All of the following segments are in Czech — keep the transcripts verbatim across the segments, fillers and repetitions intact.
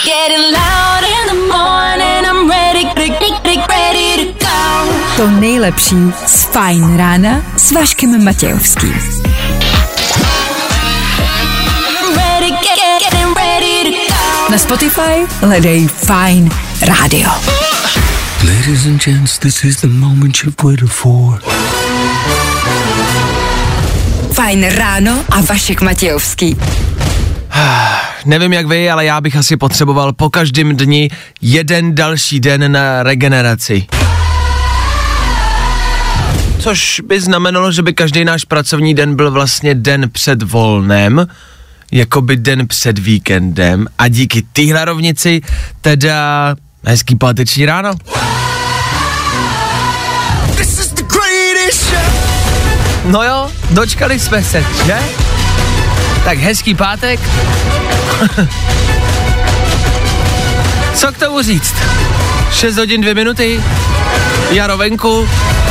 To nejlepší z Fajn rána s Vaškem Matějovským. Na Spotify hledej Fajn Radio. Ladies and gents, this is the moment you've waited for. Fajn ráno a Vašek Matějovský. Nevím jak vy, ale já bych asi potřeboval po každém dni jeden další den na regeneraci. Což by znamenalo, že by každý náš pracovní den byl vlastně den před volnem, jakoby den před víkendem a díky téhle rovnici teda hezký páteční ráno. No jo, dočkali jsme se, že? Tak hezký pátek. Co k tomu říct? šest hodin dvě minuty, jaro venku.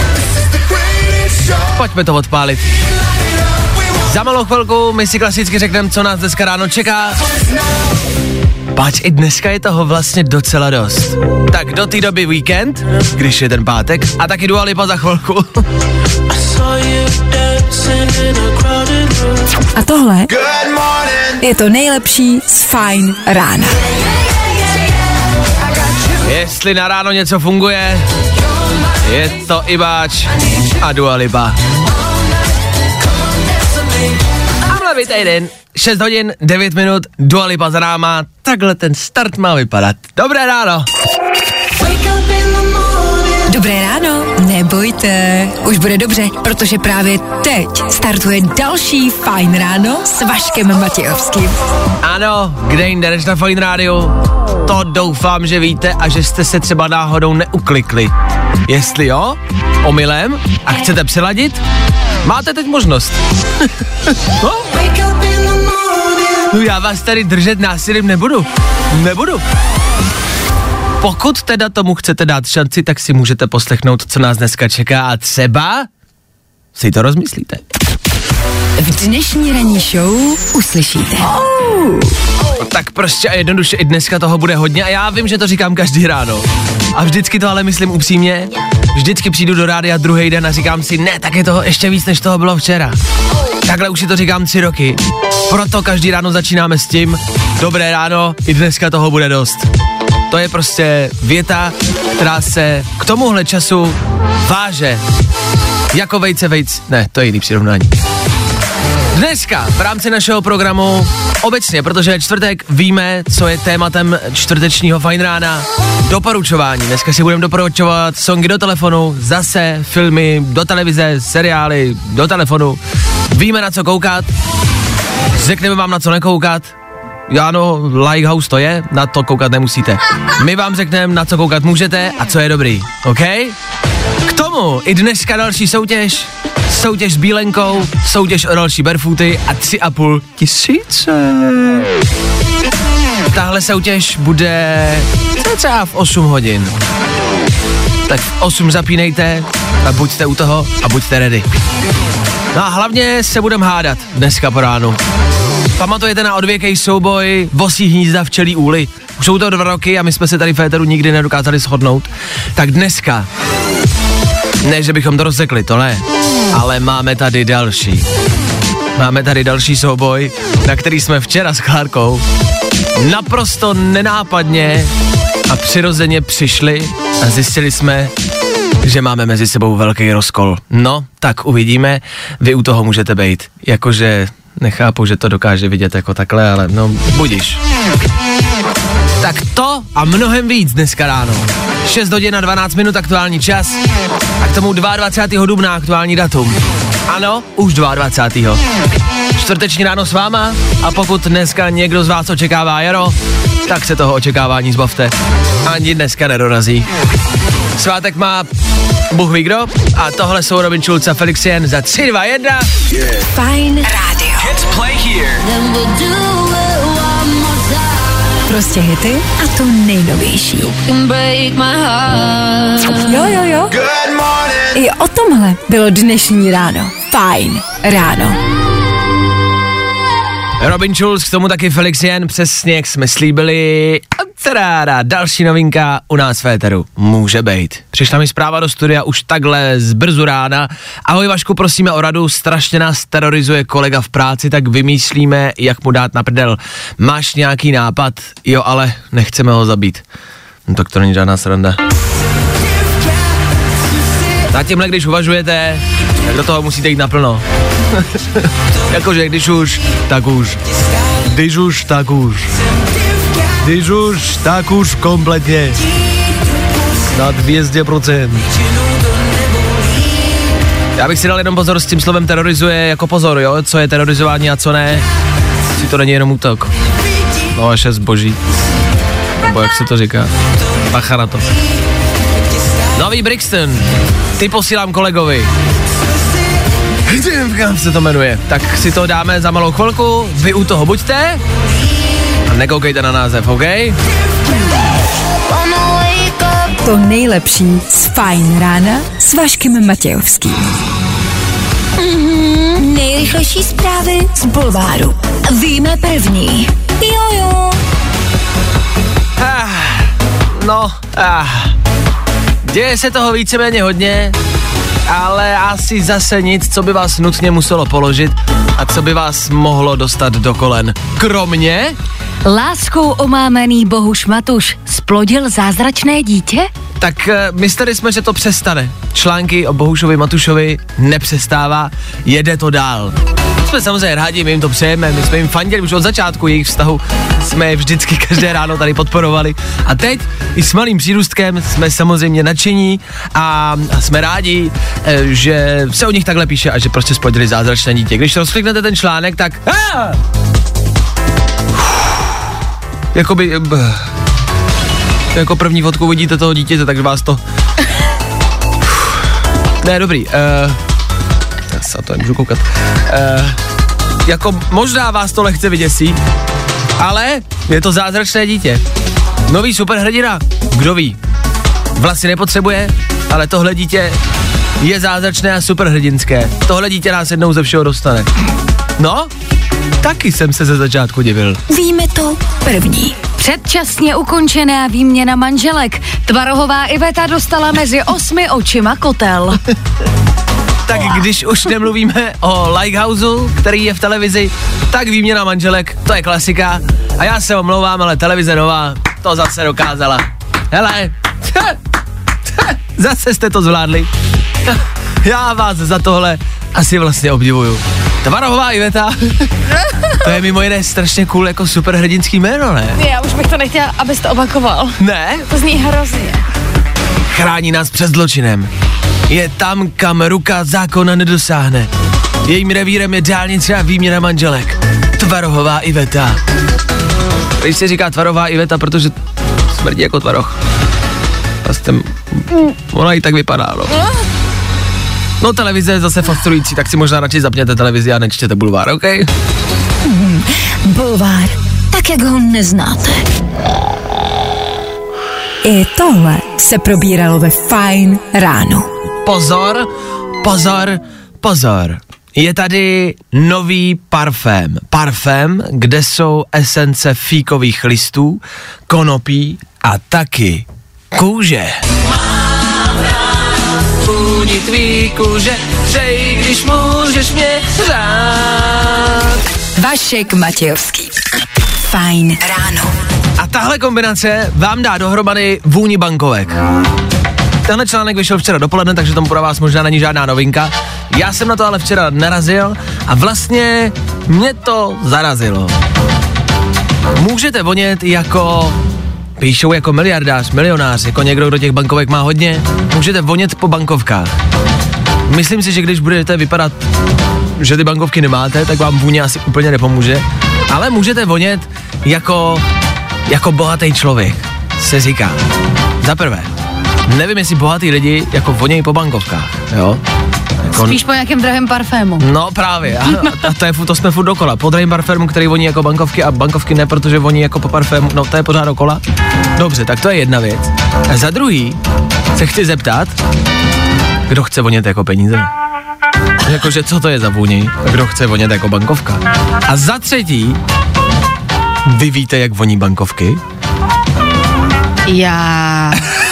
Pojďme to odpálit. Za malou chvilku my si klasicky řekneme, co nás dneska ráno čeká. Pač i dneska je toho vlastně docela dost. Tak do té doby víkend, když je ten pátek, a taky Dua Lipa za chvilku. A tohle je to nejlepší z Fajn rána. Jestli na ráno něco funguje, je to Ibáč a Dua Lipa. A mladý týden, šest hodin, devět minut, Dua Lipa za náma, takhle ten start má vypadat. Dobré ráno. Dobré ráno, nebojte, už bude dobře, protože právě teď startuje další Fajn ráno s Vaškem Matějovským. Ano, kde jinde než na Fajn rádiu, to doufám, že víte a že jste se třeba náhodou neuklikli. Jestli jo, omylem a chcete přiladit, máte teď možnost. No? No já vás tady držet násilím nebudu, nebudu. Pokud teda tomu chcete dát šanci, tak si můžete poslechnout, co nás dneska čeká a třeba si to rozmyslíte. V dnešní ranní show uslyšíte. Oh. No tak prostě a jednoduše i dneska toho bude hodně a já vím, že to říkám každý ráno. A vždycky to ale myslím upřímně. Vždycky přijdu do rádia druhý den a říkám si, ne, tak je toho ještě víc, než toho bylo včera. Takhle už si to říkám tři roky. Proto každý ráno začínáme s tím, dobré ráno, i dneska toho bude dost. To je prostě věta, která se k tomuhle času váže. Jako vejce vejc, ne, to je jiný přirovnání. Dneska v rámci našeho programu obecně, protože je čtvrtek, víme, co je tématem čtvrtečního Fajn rána. Doporučování. Dneska si budeme doporučovat songy do telefonu, zase filmy, do televize, seriály, do telefonu. Víme, na co koukat, řekneme vám, na co nekoukat. Ano, Lighthouse to je, na to koukat nemusíte. My vám řekneme, na co koukat můžete a co je dobrý, OK? K tomu i dneska další soutěž, soutěž s bílenkou, soutěž o další barefooty a tři a půl tisíce. Tahle soutěž bude třeba v osm hodin. Tak v osm zapínejte a buďte u toho a buďte ready. No a hlavně se budeme hádat dneska po ránu. Pamatujete na odvěkej souboj Vosí hnízda včelí úly? Už jsou to dva roky a my jsme se tady v éteru nikdy nedokázali shodnout. Tak dneska, ne, že bychom to rozsekli, to ne, ale máme tady další. Máme tady další souboj, na který jsme včera s Klárkou naprosto nenápadně a přirozeně přišli a zjistili jsme, že máme mezi sebou velký rozkol. No, tak uvidíme, vy u toho můžete být, jakože nechápu, že to dokáže vidět jako takhle, ale no, budiš. Tak to a mnohem víc dneska ráno. šest hodin a dvanáct minut aktuální čas a k tomu dvacátého druhého dubna aktuální datum. Ano, už dvacátého druhého Čtvrteční ráno s váma a pokud dneska někdo z vás očekává jaro, tak se toho očekávání zbavte. Ani dneska nedorazí. Svátek má Bůh ví kdo a tohle jsou Robin Schulz a Felix Jen za tři, dva, jedna. Yeah. Fajn rádio. Hits play here. Prostě hity a to nejnovější. Jo, jo, jo. Good morning. I o tomhle bylo dnešní ráno. Fajn ráno. Robin Schulz, k tomu taky Felix Jen, přesně jak jsme slíbili. Tadáda, další novinka u nás v éteru. Může být. Přišla mi zpráva do studia už takhle z brzu rána. Ahoj Vašku, prosíme o radu, strašně nás terorizuje kolega v práci, tak vymýšlíme, jak mu dát na prdel. Máš nějaký nápad? Jo, ale nechceme ho zabít. No tak to není žádná sranda. Na tímhle, když uvažujete, tak do toho musíte jít naplno. Jakože když už, tak už. Když už, tak už. Když už, tak už kompletně. Na dvě stě procent. Já bych si dal jenom pozor s tím slovem terorizuje jako pozor, jo? Co je terorizování a co ne. Si to není jenom útok. No až je zboží. Nebo jak se to říká. Bacha na to. Nový Brixton. Ty posílám kolegovi. Jak se to jmenuje. Tak si to dáme za malou chvilku. Vy u toho buďte. A nekoukejte na název, OK? To nejlepší z Fajn rána s Vaškem Matějovským. Mm-hmm, nejrychlejší zprávy z bulváru. Víme první. Jojo. Ah, no, ah. Děje se toho víceméně hodně, ale asi zase nic, co by vás nutně muselo položit a co by vás mohlo dostat do kolen. Kromě... Láskou omámený Bohuš Matuš splodil zázračné dítě? Tak uh, mysleli jsme, že to přestane. Články o Bohušovi Matušovi nepřestává, jede to dál. Jsme samozřejmě rádi, my jim to přejeme, my jsme jim fandili už od začátku jejich vztahu, jsme je vždycky každé ráno tady podporovali. A teď i s malým přírůstkem jsme samozřejmě nadšení a, a jsme rádi, e, že se o nich takhle píše a že prostě splodili zázračné dítě. Když rozkliknete ten článek, tak... Ah! Jakoby... B, jako první fotku vidíte toho dítěte, tak vás to... Ne, dobrý. Uh, já se to nemůžu koukat. Uh, jako možná vás to lehce vyděsí, ale je to zázračné dítě. Nový superhrdina, kdo ví. Vlasy nepotřebuje, ale tohle dítě je zázračné a superhrdinské. Tohle dítě nás jednou ze všeho dostane. No, taky jsem se ze začátku divil. Víme to první. Předčasně ukončená výměna manželek. Tvarohová Iveta dostala mezi osmi očima kotel. Tak když už nemluvíme o Lighthouseu, který je v televizi, tak výměna manželek, to je klasika. A já se omlouvám, ale televize nová to zase dokázala. Hele, zase jste to zvládli. Já vás za tohle asi vlastně obdivuju. Tvarohová Iveta, to je mimo jiné strašně cool jako superhrdinský jméno, ne? Já už bych to nechtěla, abys to opakoval. Ne? To zní hrozně. Chrání nás před zločinem. Je tam, kam ruka zákona nedosáhne. Jejím revírem je dálnice a výměna manželek. Tvarohová Iveta. Když se říká tvarohová Iveta, protože smrdí jako tvaroh. Vlastně ona i tak vypadá, no. No televize je zase fascinující, tak si možná radši zapněte televizi a nečtěte bulvár, OK? Hmm, bulvár, tak jak ho neznáte. I tohle se probíralo ve Fajn ráno. Pozor, pozor, pozor. Je tady nový parfém. Parfém, kde jsou esence fíkových listů, konopí a taky kůže. Vůni tvý kůže, přeji, když můžeš mě řád. Vašek Matějovský. Fajn ráno. A tahle kombinace vám dá dohromady vůni bankovek. Tenhle článek vyšel včera dopoledne, takže tomu pro vás možná není žádná novinka. Já jsem na to ale včera narazil a vlastně mě to zarazilo. Můžete vonět jako... Píšou jako miliardář, milionář, jako někdo, kdo těch bankovek má hodně. Můžete vonět po bankovkách. Myslím si, že když budete vypadat, že ty bankovky nemáte, tak vám vůně asi úplně nepomůže. Ale můžete vonět jako, jako bohatý člověk, se říká. Za prvé, nevím, jestli bohatý lidi jako vonějí po bankovkách, jo? Jako... Spíš po nějakém drahém parfému. No právě, a, a to, je, to jsme furt dokola. Po drahém parfému, který voní jako bankovky a bankovky ne, protože voní jako po parfému, no to je pořád dokola. Dobře, tak to je jedna věc. A za druhý se chci zeptat, kdo chce vonět jako peníze? Jakože co to je za vůni? Kdo chce vonět jako bankovka? A za třetí, vy víte, jak voní bankovky? Já...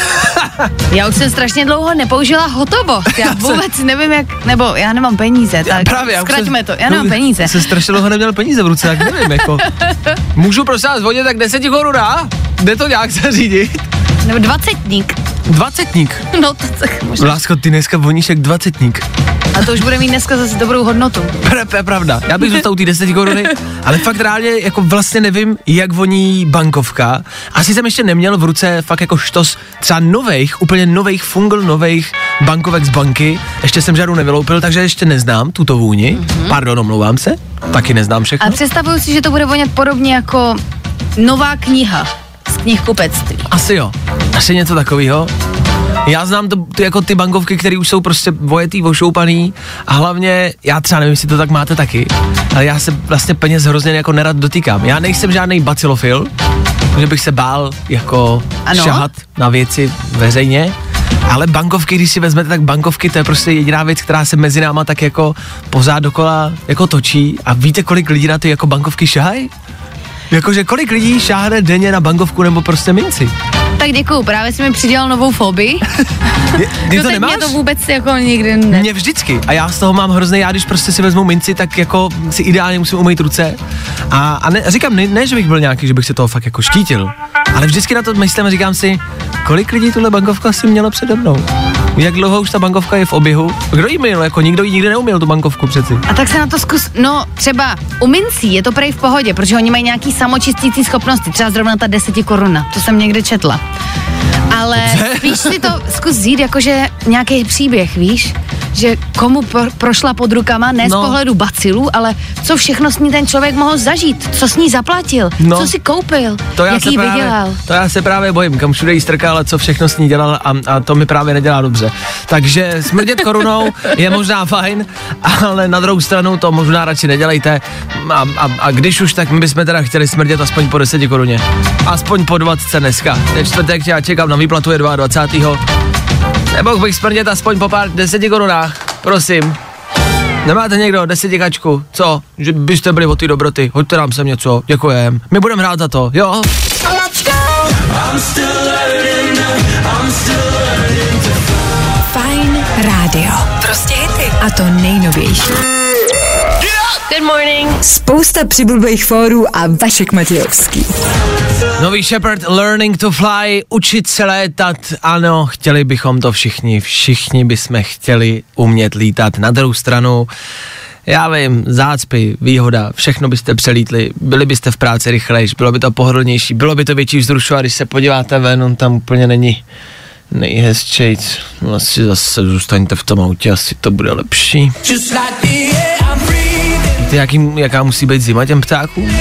Já už jsem strašně dlouho nepoužila hotovost. Já vůbec nevím jak, nebo já nemám peníze, tak právě, zkraťme jsem, to, já nemám peníze. Jsem strašně dlouho neměl peníze v ruce, tak nevím, jako. Můžu prosím vás vodit tak deset koruna? Jde to nějak zařídit? Nebo dvacetník. Dvacetník? No to tak možná. Lásko, ty dneska voníš jak dvacetník. A to už bude mít dneska zase dobrou hodnotu. To je pravda. Já bych zůstal u té deset koruny, ale fakt reálně jako vlastně nevím, jak voní bankovka. Asi jsem ještě neměl v ruce fakt jako štos třeba novejch, úplně novejch fungl, novejch bankovek z banky. Ještě jsem žádnou nevyloupil, takže ještě neznám tuto vůni. Mm-hmm. Pardon, omlouvám se. Taky neznám všechno. A představuju si, že to bude vonět podobně jako nová kniha z knihkupectví. Asi jo. Asi něco takového. Já znám to, ty, jako ty bankovky, které už jsou prostě vojetý, ošoupaný a hlavně, já třeba nevím, jestli to tak máte taky, ale já se vlastně peněz hrozně jako nerad dotýkám. Já nejsem žádný bacilofil, že bych se bál jako ano? šahat na věci veřejně, ale bankovky, když si vezmete, tak bankovky, to je prostě jediná věc, která se mezi náma tak jako pořád dokola jako točí a víte, kolik lidí na ty jako bankovky šahají? Jakože kolik lidí šáhne denně na bankovku nebo prostě minci? Tak děkuju, právě jsi mi přidělal novou fobii. Je, ty no to teď nemáš? mě to vůbec jako nikdy ne. Mě vždycky. A já z toho mám hrozný, já když prostě si vezmu minci, tak jako si ideálně musím umýt ruce. A, a ne, říkám, ne, ne, že bych byl nějaký, že bych se toho fakt jako štítil. Ale vždycky na to myslím a říkám si, kolik lidí tuhle bankovku asi mělo přede mnou. Jak dlouho už ta bankovka je v oběhu? Kdo jí myl? Jako nikdo jí nikdy neuměl tu bankovku přeci. A tak se na to zkus, no třeba u mincí je to prej v pohodě, protože oni mají nějaký samočistící schopnosti, třeba zrovna ta deseti koruna, to jsem někde četla. Ale víš si to zkus vzít jakože nějaký příběh, víš? Že komu pro, prošla pod rukama, ne no. z pohledu bacilů, ale co všechno s ní ten člověk mohl zažít, co s ní zaplatil, no. co si koupil, to já jak jí právě, vydělal. To já se právě bojím, kam všude jí strká, ale co všechno s ní dělal a, a to mi právě nedělá dobře. Takže smrdět korunou je možná fajn, ale na druhou stranu to možná radši nedělejte a, a, a když už, tak my bychom teda chtěli smrdět aspoň po deseti koruně. Aspoň po dvacet dneska. Je čtvrtek, já čekám na výplatu, je dvacátého druhého Nebo bych smrdět aspoň po pár deseti korunách. Prosím. Nemáte někdo desetikačku? Co? Že byste byli od té dobroty. Hoďte nám sem něco. Děkujem. My budeme hrát za to, jo? Fajn rádio. Prostě hity. A to nejnovější. Good morning. Spousta přibulbých fórů a Vašek Matějovský. Nový Shepherd, Learning to Fly, učit se létat, ano, chtěli bychom to všichni, všichni bychom chtěli umět lítat. Na druhou stranu, já vím, zácpy, výhoda, všechno byste přelítli, byli byste v práci rychlejš, bylo by to pohodlnější, bylo by to větší vzrušu a když se podíváte ven, on tam úplně není nejhezčejc. Asi zase zůstaňte v tom autě, asi to bude lepší. Víte, jaký, jaká musí být zima těm ptákům?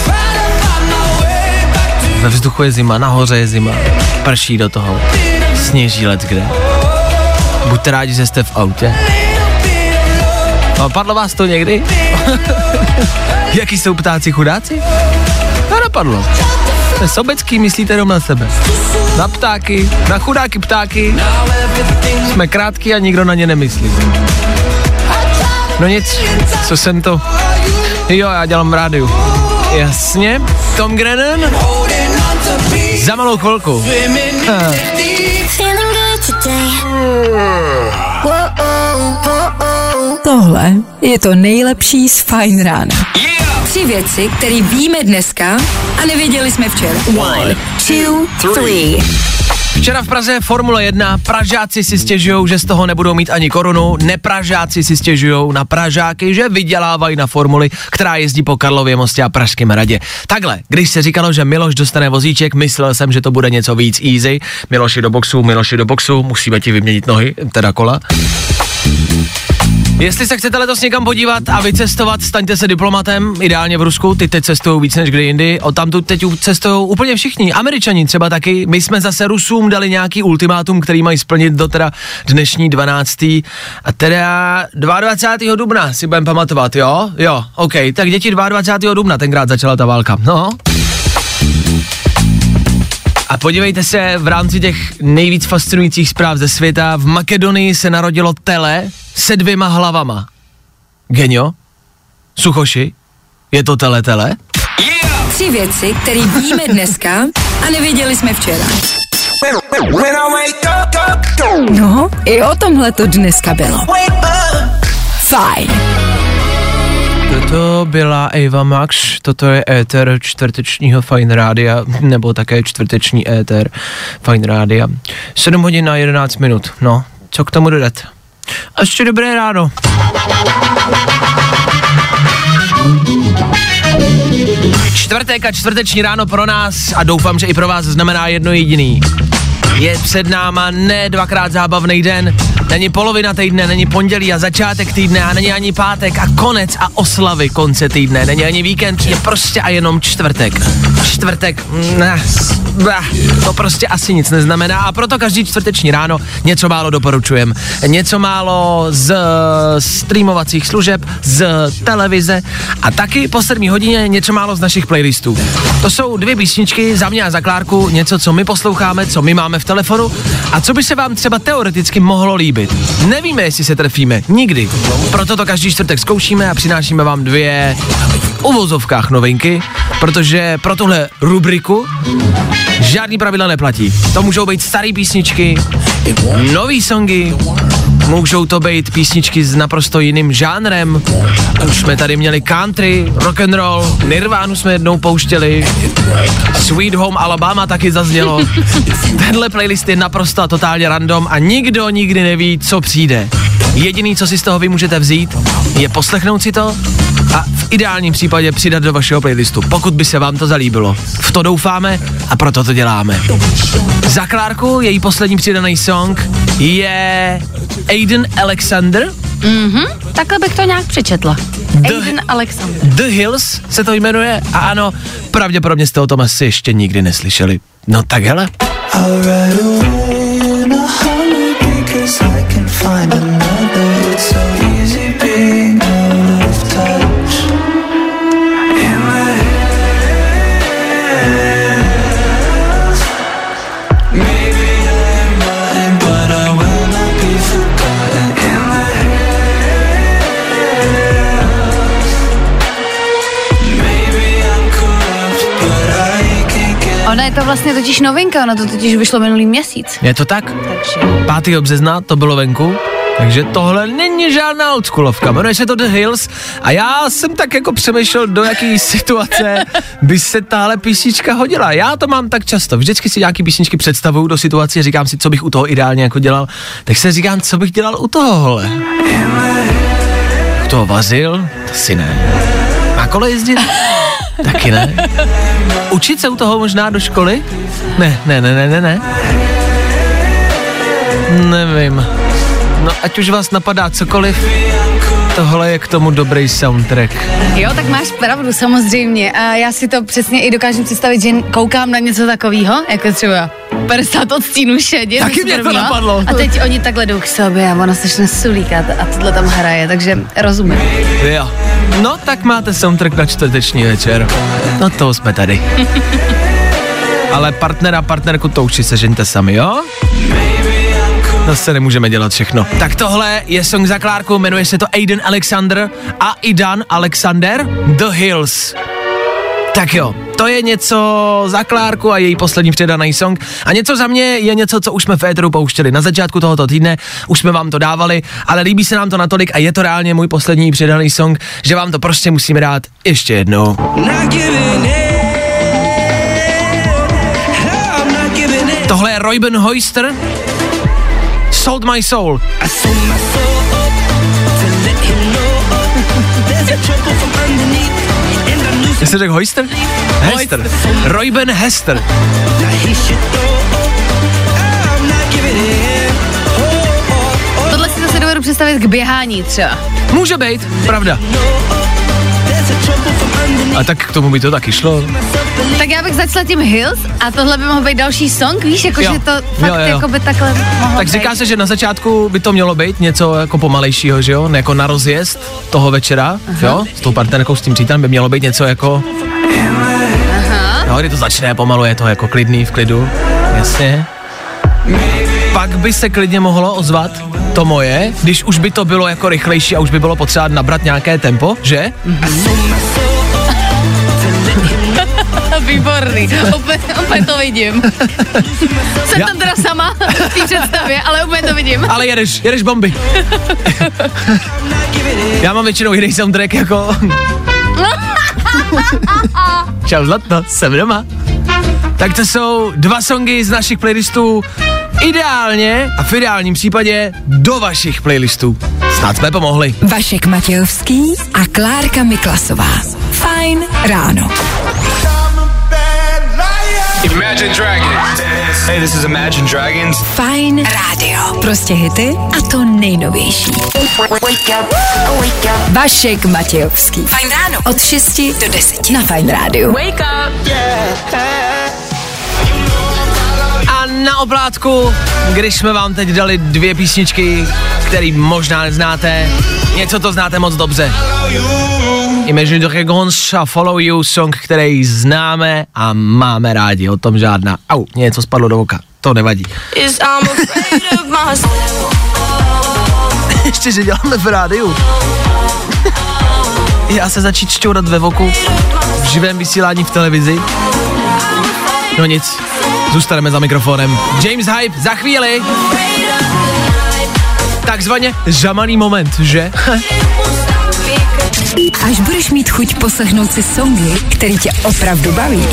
Ve vzduchu je zima, nahoře je zima, prší do toho, sněží leckde. Buďte rádi, že jste v autě. No, padlo vás to někdy? Jaký jsou ptáci chudáci? To napadlo. To je sobecký, myslíte jenom na sebe. Na ptáky, na chudáky ptáky. Jsme krátký a nikdo na ně nemyslí. No nic, co jsem to... Jo, já dělám v rádiu. Jasně, Tom Grennan. Za malou chvilku. Ah. Tohle je to nejlepší z Fajn rána. Tři věci, které víme dneska a nevěděli jsme včera. One, two, three. Včera v Praze Formule jedna, Pražáci si stěžujou, že z toho nebudou mít ani korunu, nepražáci si stěžujou na Pražáky, že vydělávají na formuli, která jezdí po Karlově mostě a Pražském hradě. Takhle, když se říkalo, že Miloš dostane vozíček, myslel jsem, že to bude něco víc easy. Miloši do boxu, Miloši do boxu, musíme ti vyměnit nohy, teda kola. Jestli se chcete letos někam podívat a vycestovat, staňte se diplomatem, ideálně v Rusku, ty teď cestují víc než kdy jindy, odtamtud teď cestují úplně všichni, Američani třeba taky, my jsme zase Rusům dali nějaký ultimátum, který mají splnit do teda dnešní dvanáctého a teda dvacátého druhého dubna si budeme pamatovat, jo? Jo, ok, tak děti dvacátého druhého dubna tenkrát začala ta válka, no. A podívejte se, v rámci těch nejvíc fascinujících zpráv ze světa, v Makedonii se narodilo tele se dvěma hlavama. Genio? Suchoši? Je to tele tele? Yeah! Tři věci, které víme dneska a nevěděli jsme včera. No, i o tomhle to dneska bylo. Fajn. Toto byla Ava Max, toto je éter čtvrtečního Fajn rádia, nebo také čtvrteční éter Fajn rádia. sedm hodin a jedenáct minut, no, co k tomu dodat? A ještě dobré ráno. Čtvrtek a čtvrteční ráno pro nás a doufám, že i pro vás znamená jedno jediný. Je před náma ne dvakrát zábavný den, není polovina týdne, není pondělí a začátek týdne a není ani pátek a konec a oslavy konce týdne, není ani víkend, je prostě a jenom čtvrtek. Čtvrtek, ne, to prostě asi nic neznamená a proto každý čtvrteční ráno něco málo doporučujem. Něco málo z streamovacích služeb, z televize a taky po sedmé hodině něco málo z našich playlistů. To jsou dvě písničky za mě a za Klárku, něco, co my posloucháme, co my máme v telefonu a co by se vám třeba teoreticky mohlo líbit. Nevíme, jestli se trefíme, nikdy. Proto to každý čtvrtek zkoušíme a přinášíme vám dvě v uvozovkách novinky, protože pro tuhle rubriku žádný pravidla neplatí. To můžou být staré písničky, nový songy, můžou to být písničky s naprosto jiným žánrem. Už jsme tady měli country, rock and roll, Nirvánu jsme jednou pouštěli, Sweet Home Alabama taky zaznělo. Tenhle playlist je naprosto totálně random a nikdo nikdy neví, co přijde. Jediný, co si z toho vy můžete vzít, je poslechnout si to a v ideálním případě přidat do vašeho playlistu, pokud by se vám to zalíbilo. V to doufáme a proto to děláme. Za Klárku její poslední přidaný song je Aiden Alexander. Mhm, takhle bych to nějak přečetla. The, Aiden Alexander. The Hills se to jmenuje a ano, pravděpodobně jste o tom asi ještě nikdy neslyšeli. No tak hele. Ona je to vlastně totiž novinka, ona to totiž vyšlo minulý měsíc. Je to tak? Takže. pátého března to bylo venku, takže tohle není žádná oldschoolovka, jmenuje se to The Hills a já jsem tak jako přemýšlel, do jaký situace by se tahle písnička hodila. Já to mám tak často, vždycky si nějaký písničky představuju do situace a říkám si, co bych u toho ideálně jako dělal, tak se říkám, co bych dělal u tohohle. U toho vazil? To si ne. Na kole jezdit? Taky ne. Učit se u toho možná do školy? Ne, ne, ne, ne, ne, ne. Nevím. No ať už vás napadá cokoliv, tohle je k tomu dobrý soundtrack. Jo, tak máš pravdu, samozřejmě. A já si to přesně i dokážu představit, že koukám na něco takového, jako třeba padesát odstínů šedě. Taky mě to napadlo. A teď oni takhle jdou k sobě a ona se začne sulíkat a tohle tam hraje, takže rozumím. Jo. No tak máte soundtrack na čtvrteční večer. No to jsme tady. Ale partnera, partnerku, to už si sežeňte sami, jo? Zase nemůžeme dělat všechno. Tak tohle je song za Klárku, jmenuje se to Aiden Alexander a Idan Alexander, The Hills. Tak jo, to je něco za Klárku a její poslední předaný song. A něco za mě je něco, co už jsme v éteru pouštěli na začátku tohoto týdne, už jsme vám to dávali, ale líbí se nám to natolik a je to reálně můj poslední předaný song, že vám to prostě musíme dát ještě jednou. Tohle je Reuben Hoyster, Sold My Soul. Jsi řekl Hoyster? Hester. Reuben Hester. Tohle si zase dovedu představit k běhání třeba. Může být, pravda. A tak k tomu by to taky šlo. Tak já bych začala tím Hills a tohle by mohl být další song, víš, jakože to fakt jo, jo. jako by takhle mohlo Tak být. říká se, že na začátku by to mělo být něco jako pomalejšího, že jo? Jako na rozjezd toho večera, aha. Jo? S tou partnerkou, s tím přítelem by mělo být něco jako... Aha. No, kdy to začne pomalu, je to jako klidný, v klidu, jasně. Pak by se klidně mohlo ozvat to moje, když už by to bylo jako rychlejší a už by bylo potřeba nabrat nějaké tempo, že? Mm-hmm. Výborný, opět, opět to vidím. Jsem Já... tam teda sama v té představě, ale opět to vidím. Ale jedeš, jedeš bomby. Já mám většinou jiný soundtrack jako... Čau zlato, jsem doma. Tak to jsou dva songy z našich playlistů ideálně a v ideálním případě do vašich playlistů. Snad jsme pomohli. Vašek Matějovský a Klárka Miklasová. Fajn ráno. Imagine Dragons. Hey, this is Imagine Dragons. Fajn rádio. Prostě hity a to nejnovější. Vašek Matějovský. Fajn ráno. Od šesti do deseti na Fajn rádiu. Wake up. Yeah. A na oplátku, když jsme vám teď dali dvě písničky, které možná neznáte, něco to znáte moc dobře. Imagine Dragons a Follow You, song, který známe a máme rádi, o tom žádná. Au, něco spadlo do oka, to nevadí. Ještě, že děláme v rádiu. Já se začít šťourat ve voku v živém vysílání v televizi. No nic, zůstaneme za mikrofonem. James Hype za chvíli. Takzvaně žamaný moment, že? Až budeš mít chuť poslechnout si songy, který tě opravdu baví.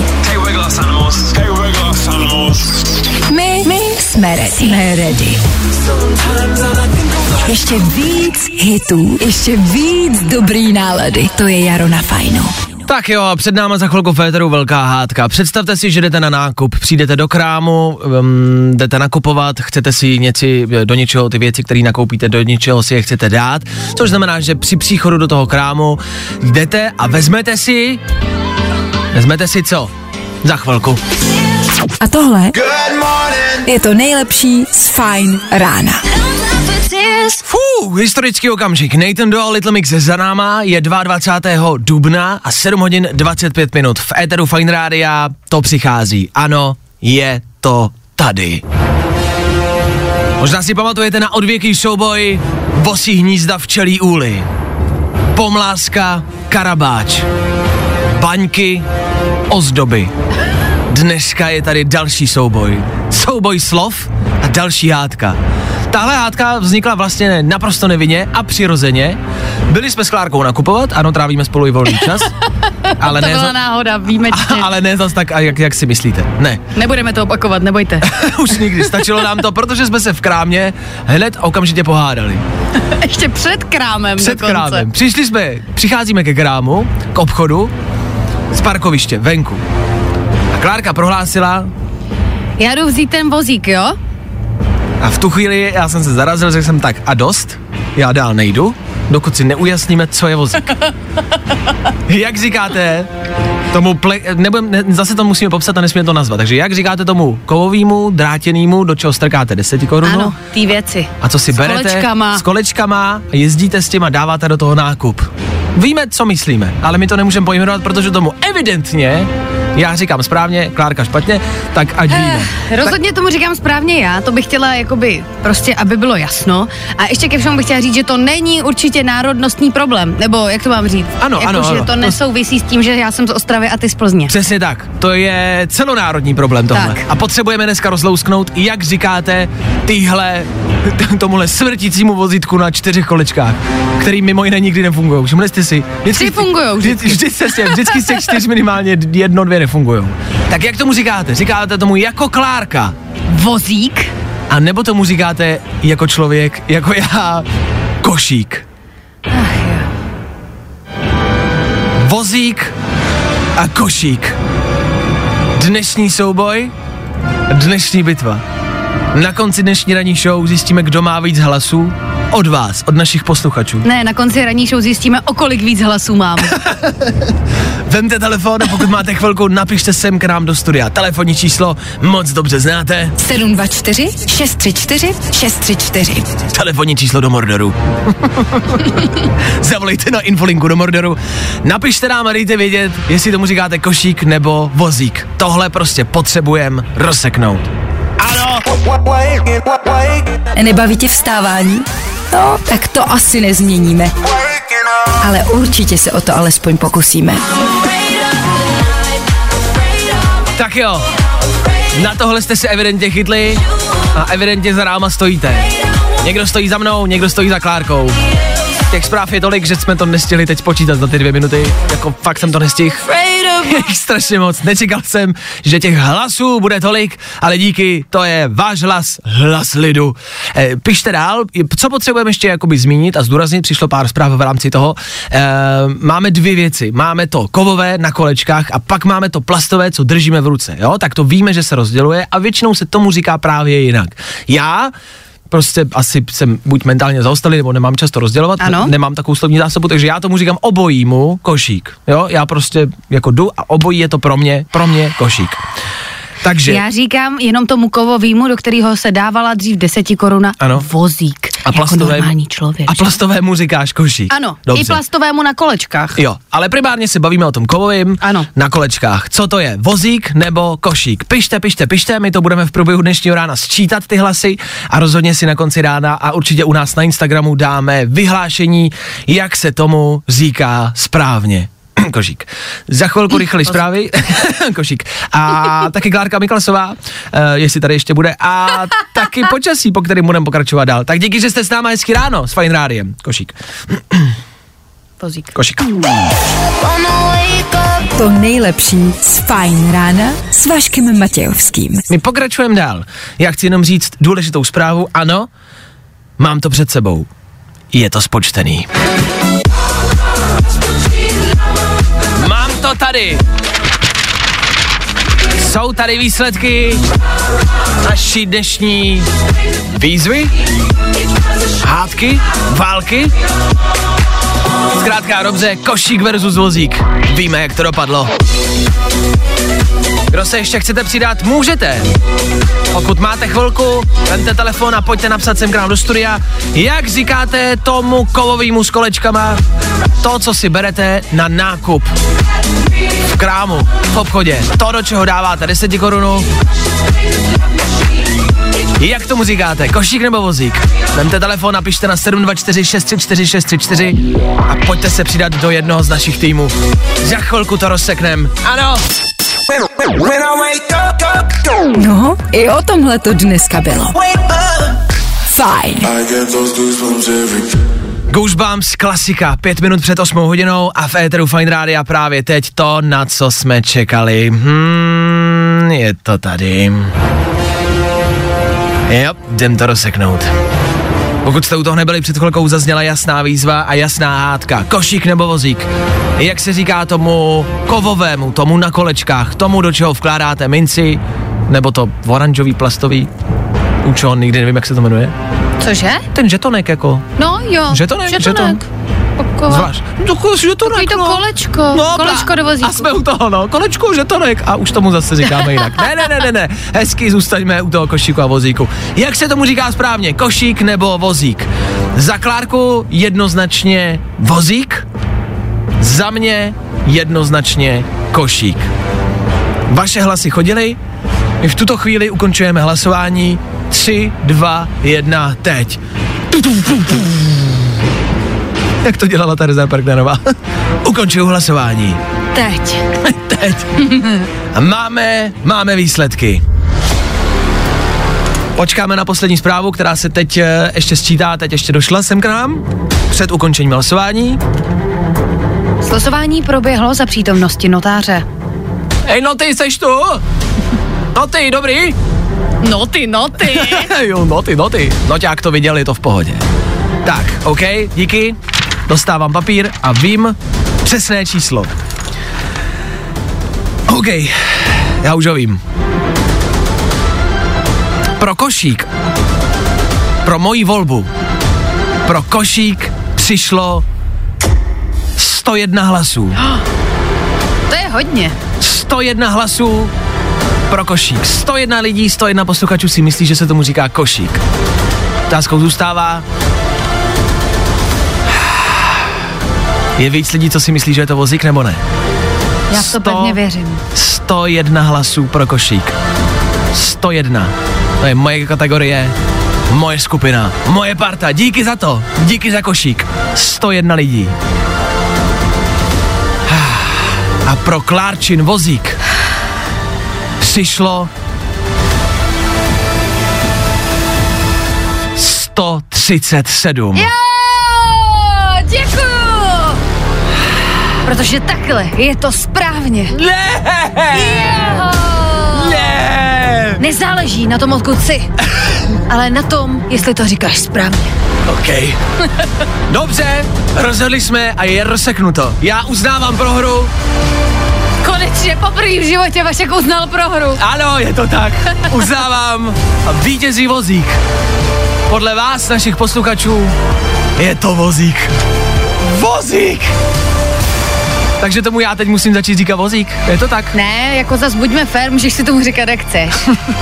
My, my jsme ready. Jsme ready. Ještě víc hitů, ještě víc dobrý nálady. To je jaro na Fajnu. Tak jo, před náma za chvilku féteru velká hádka. Představte si, že jdete na nákup, přijdete do krámu, um, jdete nakupovat, chcete si něco, do něčeho, ty věci, které nakoupíte, do něčeho si je chcete dát, což znamená, že při příchodu do toho krámu jdete a vezmete si, vezmete si co? Za chvilku. A tohle je to nejlepší z Fajn rána. Fú, historický okamžik. Nathan Doe, Little Mix za náma, je dvacátého druhého dubna a sedm hodin dvacet pět minut. V éteru Fajn rádia to přichází. Ano, je to tady. Možná si pamatujete na odvěký souboj Vosí hnízda včelí úly. Pomlázka, karabáč. Baňky, ozdoby. Dneska je tady další souboj. Souboj slov a další hádka. Tahle hádka vznikla vlastně naprosto nevinně a přirozeně. Byli jsme s Klárkou nakupovat, ano, trávíme spolu i volný čas. Ale to ne byla za... náhoda, výjimečně. Ale ne zas tak, jak, jak si myslíte. Ne. Nebudeme to opakovat, nebojte. Už nikdy, stačilo nám to, protože jsme se v krámě hned okamžitě pohádali. Ještě před krámem Před dokonce. krámem. Přišli jsme, přicházíme ke krámu, k obchodu, z parkoviště, venku. A Klárka prohlásila... Já jdu vzít ten vozík, jo? A v tu chvíli já jsem se zarazil, řekl jsem tak a dost, já dál nejdu, dokud si neujasníme, co je vozík. Jak říkáte tomu, ple, nebudem, ne, zase to musíme popsat a nesmíme to nazvat, takže jak říkáte tomu kovovýmu, drátěnýmu, do čeho strkáte deset korun? Ano, ty věci. A co si s berete? Kolečkama. S kolečkama. Jezdíte s tím a dáváte do toho nákup. Víme, co myslíme, ale my to nemůžeme pojmenovat, protože tomu evidentně, já říkám správně, Klárka špatně, tak ať víme. Eh, rozhodně tomu říkám správně já, to bych chtěla jakoby prostě, aby bylo jasno. A ještě ke všemu bych chtěla říct, že to není určitě národnostní problém, nebo jak to mám říct? Ano, jako, ano, že ano. to nesouvisí s tím, že já jsem z Ostravy a ty z Plzně. Přesně tak, to je celonárodní problém tohle. Tak. A potřebujeme dneska rozlousknout, jak říkáte týhle, tomuhle smrtícímu vozítku na čtyřech kolečkách, který mimo jiné nikdy nefungují. Všimli jste si? Tři fungujou vždycky. Vždy, vždy, vždycky z těch čtyř minimálně jedno, dvě nefungujou. Tak jak tomu říkáte? Říkáte tomu jako Klárka? Vozík? A nebo tomu říkáte jako člověk, jako já, košík? Ach jo. Vozík a košík. Dnešní souboj, dnešní bitva. Na konci dnešní ranní show zjistíme, kdo má víc hlasů. Od vás, od našich posluchačů. Ne, na konci ranní show zjistíme, o kolik víc hlasů mám. Vemte telefon a pokud máte chvilku, napište sem k nám do studia. Telefonní číslo moc dobře znáte. sedm dva čtyři šest tři čtyři šest tři čtyři. Telefonní číslo do Mordoru. Zavolejte na infolinku do Mordoru. Napište nám a dejte vědět, jestli tomu říkáte košík nebo vozík. Tohle prostě potřebujeme rozseknout. Ano! Nebaví tě vstávání? No, tak to asi nezměníme. Ale určitě se o to alespoň pokusíme. Tak jo, na tohle jste si evidentně chytli a evidentně za náma stojíte. Někdo stojí za mnou, někdo stojí za Klárkou. Těch zpráv je tolik, že jsme to nestihli teď spočítat za ty dvě minuty. Jako fakt jsem to nestihl. Je jich strašně moc. Nečekal jsem, že těch hlasů bude tolik, ale díky, to je váš hlas, hlas lidu. E, pište dál, co potřebujeme ještě jakoby zmínit a zdůraznit, přišlo pár zpráv v rámci toho. E, máme dvě věci. Máme to kovové na kolečkách a pak máme to plastové, co držíme v ruce. Jo? Tak to víme, že se rozděluje a většinou se tomu říká právě jinak. Já prostě asi jsem buď mentálně zaostalý, nebo nemám často rozdělovat, ano. Nemám takovou slovní zásobu, takže já tomu říkám obojímu košík, jo, já prostě jako jdu a obojí je to pro mě, pro mě košík. Takže... Já říkám jenom tomu kovovýmu, do kterého se dávala dřív deseti koruna, ano. Vozík, a jako normální člověk. A plastovému říkáš košík. Ano, dobře. I plastovému na kolečkách. Jo, ale primárně se bavíme o tom kovovým ano. Na kolečkách. Co to je, vozík nebo košík? Pište, pište, pište, my to budeme v průběhu dnešního rána sčítat ty hlasy a rozhodně si na konci rána a určitě u nás na Instagramu dáme vyhlášení, jak se tomu říká správně. Košík. Za chvilku rychlý zprávy. Košík. A taky Klárka Miklasová, uh, jestli tady ještě bude. A taky počasí, po kterým budeme pokračovat dál. Tak díky, že jste s náma hezky ráno s Fajn rádiem. Košík. Vozík. Košík. To nejlepší z Fajn rána s Vaškem Matějovským. My pokračujeme dál. Já chci jenom říct důležitou zprávu. Ano, mám to před sebou. Je to spočtený. Mám to tady. Jsou tady výsledky naší dnešní výzvy, hádky, války. Zkrátka dobře, košík versus vozík. Víme, jak to dopadlo. Kdo se ještě chcete přidat, můžete. Pokud máte chvilku, vemte telefon a pojďte napsat sem k nám do studia, jak říkáte tomu kovovýmu s kolečkama to, co si berete na nákup v krámu, v obchodě. To, do čeho dáváte deset korun. Jak tomu říkáte? Košík nebo vozík? Vemte telefon, napište na sedm dva čtyři šest tři čtyři šest tři čtyři a pojďte se přidat do jednoho z našich týmů. Za chvilku to rozseknem. Ano! No, i o tomhle to dneska bylo. Fajn. Goosebumps, klasika, pět minut před osmou hodinou a v éteru Fajn rádia právě teď to, na co jsme čekali. Hmm, je to tady. Jo, jdem to rozseknout. Pokud jste u toho nebyli, před chvilkou zazněla jasná výzva a jasná hádka. Košík nebo vozík? Jak se říká tomu kovovému, tomu na kolečkách, tomu, do čeho vkládáte minci, nebo to oranžový plastový účon, nikdy nevím, jak se to jmenuje. Cože? Ten žetonek jako. No jo, žetonek. žetonek. Žeton. Zvlášť. Takový to kolečko, no, kolečko do vozíku. A jsme u toho, no, kolečko, žetonek a už tomu zase říkáme jinak. Ne, ne, ne, ne, ne, hezky zůstaňme u toho košíku a vozíku. Jak se tomu říká správně, košík nebo vozík? Za Klárku jednoznačně vozík, za mě jednoznačně košík. Vaše hlasy chodily, my v tuto chvíli ukončujeme hlasování. tři, dva, jedna, teď. Jak to dělala Tereza Parknerová. Ukončuju hlasování. Teď. Teď. A máme, máme výsledky. Počkáme na poslední zprávu, která se teď uh, ještě sčítá, teď ještě došla sem k nám, před ukončením hlasování. Hlasování proběhlo za přítomnosti notáře. Hej, Noty, seš tu? Noty, dobrý? Noty, noty. Jo, noty, noty. Noťák to viděl, je to v pohodě. Tak, OK, díky. Dostávám papír a vím přesné číslo. OK, já už ho vím. Pro košík, pro moji volbu, pro košík přišlo sto jedna hlasů. To je hodně. sto jedna hlasů pro košík. sto jedna lidí, sto jedna posluchačů si myslí, že se tomu říká košík. Otázkou zůstává, je víc lidí, co si myslí, že je to vozík, nebo ne? Já v to pevně věřím. sto jedna hlasů pro košík. sto jedna. To je moje kategorie, moje skupina, moje parta. Díky za to. Díky za košík. sto jedna lidí. A pro Klárčin vozík přišlo sto třicet sedm. Jo, děkuju! Protože takhle je to správně. Ne! Jo! Ne! Nezáleží na tom, odkud jsi, ale na tom, jestli to říkáš správně. OK. Dobře, rozhodli jsme a je rozseknuto. Já uznávám prohru. Konečně poprvé v životě Vašek uznal prohru. Ano, je to tak. Uznávám a vítězí vozík. Podle vás, našich posluchačů, je to vozík. Vozík! Takže tomu já teď musím začít říkat vozík. Je to tak? Ne, jako zas buďme fér, můžeš si tomu říkat, jak chceš.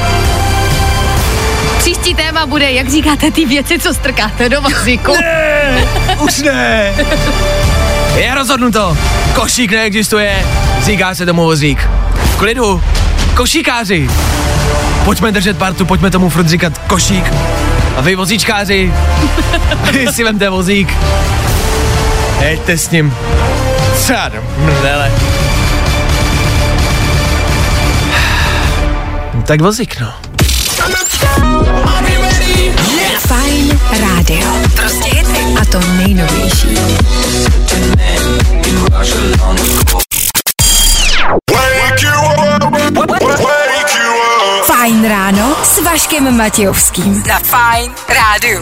Příští téma bude, jak říkáte ty věci, co strkáte do vozíku. Ne, už ne. Je rozhodnuto. Košík neexistuje, říká se tomu vozík. V klidu. Košíkáři. Pojďme držet partu, pojďme tomu furt říkat košík. A vy vozíčkáři, vy si vemte vozík. Jeďte s ním. Čár, mrdele. Tak vozík, no. Fajn rádio. Prostě hity. A to nejnovější. Fajn ráno s Vaškem Matějovským. Na Fajn rádiu.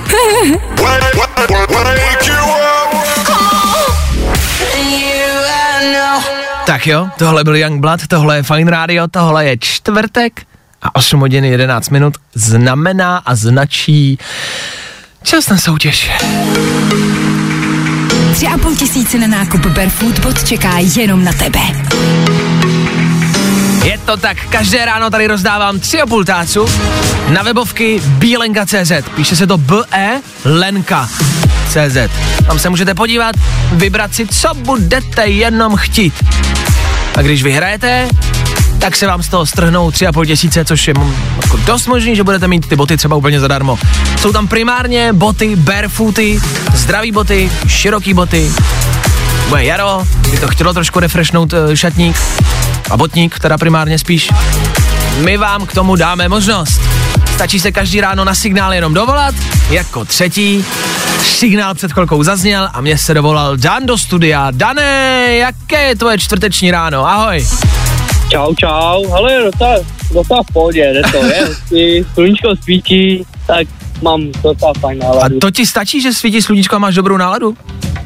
Tak jo, tohle byl Youngblood, tohle je Fajn rádio, tohle je čtvrtek a osm hodin jedenáct minut znamená a značí čas na soutěž. Tři a půl tisíce na nákup Barefoot Bot čeká jenom na tebe. Je to tak, každé ráno tady rozdávám tři a půl tácu na webovky bílenka tečka cé zet. Píše se to B E Lenka tečka cé zet. Tam se můžete podívat, vybrat si, co budete jenom chtít. A když vyhrajete, tak se vám z toho strhnou tři a půl tisíce, což je jako dost možný, že budete mít ty boty třeba úplně zadarmo. Jsou tam primárně boty, barefooty, zdraví boty, široký boty. Bude jaro, by to chtělo trošku refreshnout šatník a botník, teda primárně spíš. My vám k tomu dáme možnost. Stačí se každý ráno na signál jenom dovolat, jako třetí. Signál před chvilkou zazněl a mě se dovolal Dan do studia. Dané, jaké je tvoje čtvrteční ráno? Ahoj. Čau, čau, ale docela, docela v pohodě, jde to, je hezky, sluníčko svítí, tak mám docela fajn náladu. A to ti stačí, že svítí sluníčko a máš dobrou náladu?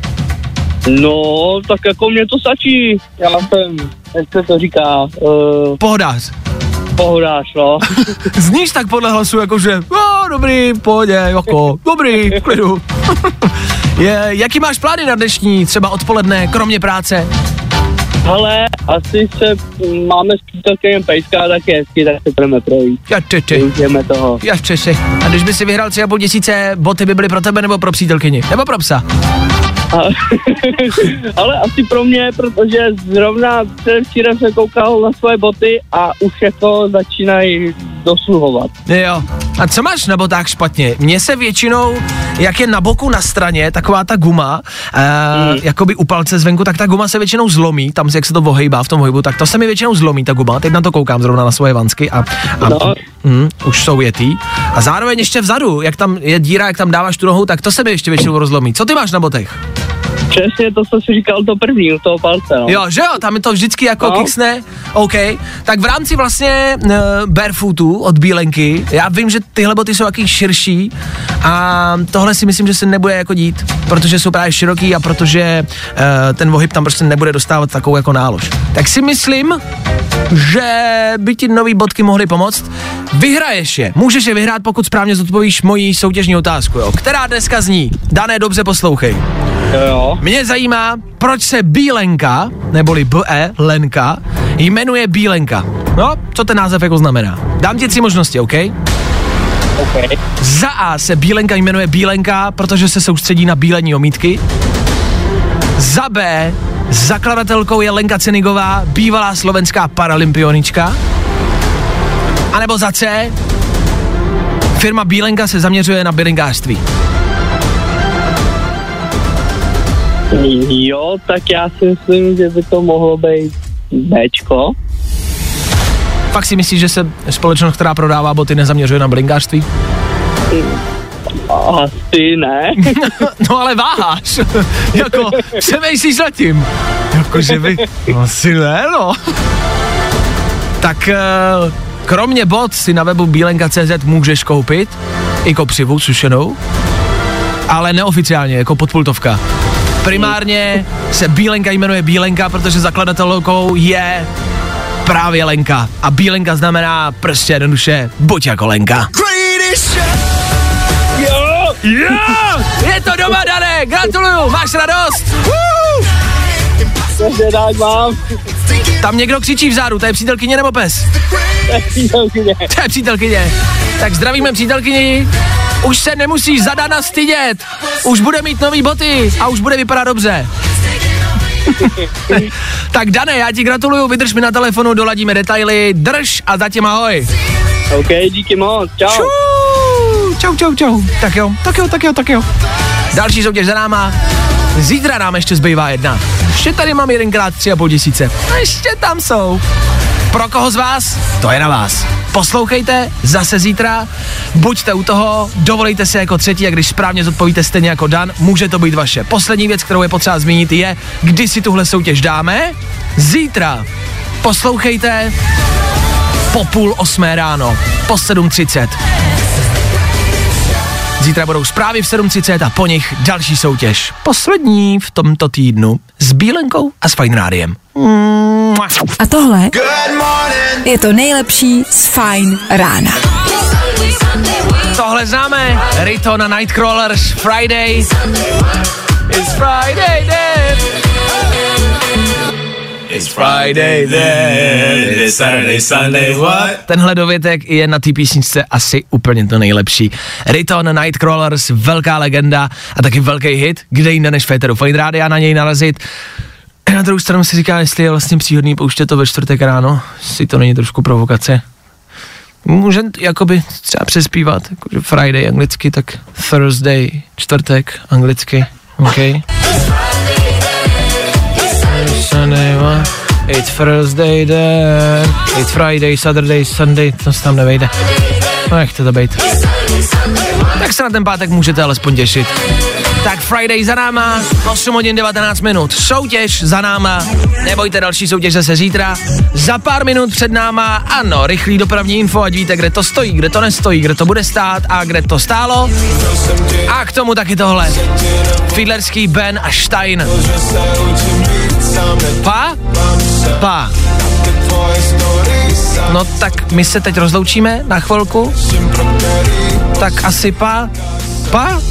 No, tak jako mě to stačí, já jsem, jak se to říká, uh, Pohodář. pohodář, no. Zníš tak podle hlasu, jakože, no, dobrý, pohodě, jako, dobrý, v klidu. Je, jaký máš plány na dnešní, třeba odpoledne, kromě práce? Hele, asi se máme s přítelkyněm pejska, tak je hezky, tak se budeme projít. Já ty, Využijeme toho. Já češi. A když by si vyhrál tři a půl tisíce, boty by byly pro tebe nebo pro přítelkyni? Nebo pro psa? Ale, ale asi pro mě, protože zrovna předevčírem jsem koukal na svoje boty a už jako začínají dosluhovat. Jo. A co máš na botách špatně? Mně se většinou, jak je na boku na straně, taková ta guma, uh, mm. jakoby u palce zvenku, tak ta guma se většinou zlomí, tam jak se to ohejbá v tom hojbu, tak to se mi většinou zlomí ta guma, teď na to koukám zrovna na svoje vansky a, a no. mm, už jsou jetý. A zároveň ještě vzadu, jak tam je díra, jak tam dáváš tu nohu, tak to se mi ještě většinou rozlomí. Co ty máš na botech? Přesně to, co jsi říkal, to první, u toho palce, no. Jo, že jo, tam je to vždycky jako no. kiksne, OK. Tak v rámci vlastně uh, barefootu od Bílenky, já vím, že tyhle boty jsou jaký širší a tohle si myslím, že se nebude jako dít, protože jsou právě široký a protože uh, ten ohyb tam prostě nebude dostávat takovou jako nálož. Tak si myslím, že by ti nový botky mohly pomoct. Vyhraješ je, můžeš je vyhrát, pokud správně zodpovíš moji soutěžní otázku, jo, která dneska zní. Dané, dobře poslouchej. Jo, jo. Mě zajímá, proč se Bílenka, neboli B E Lenka, jmenuje Bílenka. No, co ten název jako znamená? Dám ti tři možnosti, OK? OK. Za A se Bílenka jmenuje Bílenka, protože se soustředí na bílení omítky. Za B zakladatelkou je Lenka Cenigová, bývalá slovenská paralympionička. A nebo za C firma Bílenka se zaměřuje na bylinkářství. Jo, tak já si myslím, že by to mohlo být Bčko. Fakt si myslíš, že se společnost, která prodává boty, nezaměřuje na blinkářství? Asi ne. No ale váháš. Jako, přemýšlíš nad tím. Jakože vy, asi ne, no. Tak kromě bot si na webu bílenka tečka cé zet můžeš koupit i kopřivu sušenou, ale neoficiálně, jako podpultovka. Primárně se Bílenka jmenuje Bílenka, protože zakladatelkou je právě Lenka. A Bílenka znamená prostě jednoduše buď jako Lenka. Jo! Jo! Je to doma, Dané! Gratuluju! Máš radost? To se dát mám. Tam někdo křičí vzadu, to je přítelkyně nebo pes? To je přítelkyně. To je přítelkyně. Tak zdravíme přítelkyni. Už se nemusíš za Dana stydět. Už bude mít nový boty a už bude vypadat dobře. Tak Dane, já ti gratuluju, vydrž mi na telefonu, doladíme detaily, drž a zatím ahoj. OK, díky moc, čau. Čau, čau, čau, čau. Tak jo, tak jo, tak jo, tak jo. Další soutěž za náma. Zítra nám ještě zbývá jedna. Ještě tady mám jedenkrát tři a půl tisíce. A ještě tam jsou. Pro koho z vás? To je na vás. Poslouchejte, zase zítra, buďte u toho, dovolejte si jako třetí a když správně zodpovíte stejně jako Dan, může to být vaše. Poslední věc, kterou je potřeba zmínit, je, kdy si tuhle soutěž dáme. Zítra. Poslouchejte po půl osmé ráno, po sedm třicet. Zítra budou zprávy v sedm třicet a po nich další soutěž. Poslední v tomto týdnu s Bílenkou a s Fajn Rádiem. A tohle je to nejlepší z Fajn rána. Tohle známe. Rito na Nightcrawlers, Friday. It's Friday then. It's Friday then. It's Saturday, Sunday, what? Tenhle dovětek je na té písničce asi úplně to nejlepší. Rito na Nightcrawlers, velká legenda a taky velký hit, kde jinde než Féteru Fajn Rádia na něj narazit. Na druhou stranu si říká, jestli je vlastně příhodný pouštět to ve čtvrtek ráno, si to není trošku provokace. Může jakoby třeba přespívat, jakože Friday anglicky, tak Thursday, čtvrtek anglicky, OK. Sunday, what? It's Thursday then, it's Friday, Saturday, Sunday, to se tam nevejde. No jak to být. Tak se na ten pátek můžete alespoň těšit. Tak Friday za náma, osm hodin devatenáct minut, soutěž za náma, nebojte, další soutěž zase zítra, za pár minut před náma, ano, rychlý dopravní info, ať víte, kde to stojí, kde to nestojí, kde to bude stát a kde to stálo. A k tomu taky tohle, Fiedlerský, Ben a Stein. Pa? Pa. No tak my se teď rozloučíme na chvilku, tak asi pa, pa.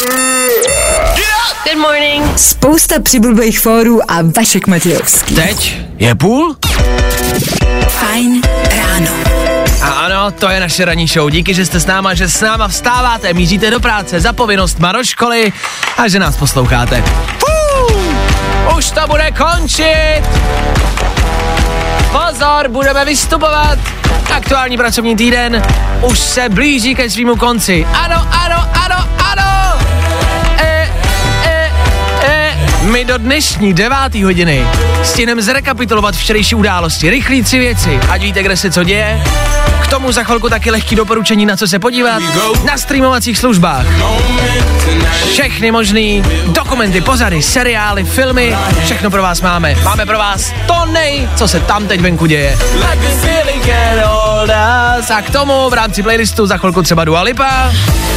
Good morning. Spousta přibulbých fórů a Vašek Matějovský. Teď je půl. Fajn ráno. A ano, to je naše ranní show. Díky, že jste s náma, že s náma vstáváte, míříte do práce, za povinnostma do školy a že nás posloucháte. Fuu, už to bude končit. Pozor, budeme vystupovat. Aktuální pracovní týden už se blíží ke svýmu konci. Ano, ano, ano, ano. E, e, e. My do dnešní devátý hodiny stihneme zrekapitulovat včerejší události. Rychlý tři věci, ať víte, kde se co děje. K tomu za chvilku taky lehký doporučení, na co se podívat. Na streamovacích službách. Všechny možný dokumenty, pořady, seriály, filmy, všechno pro vás máme. Máme pro vás to nej, co se tam teď venku děje. A k tomu v rámci playlistu za chvilku třeba Dua Lipa.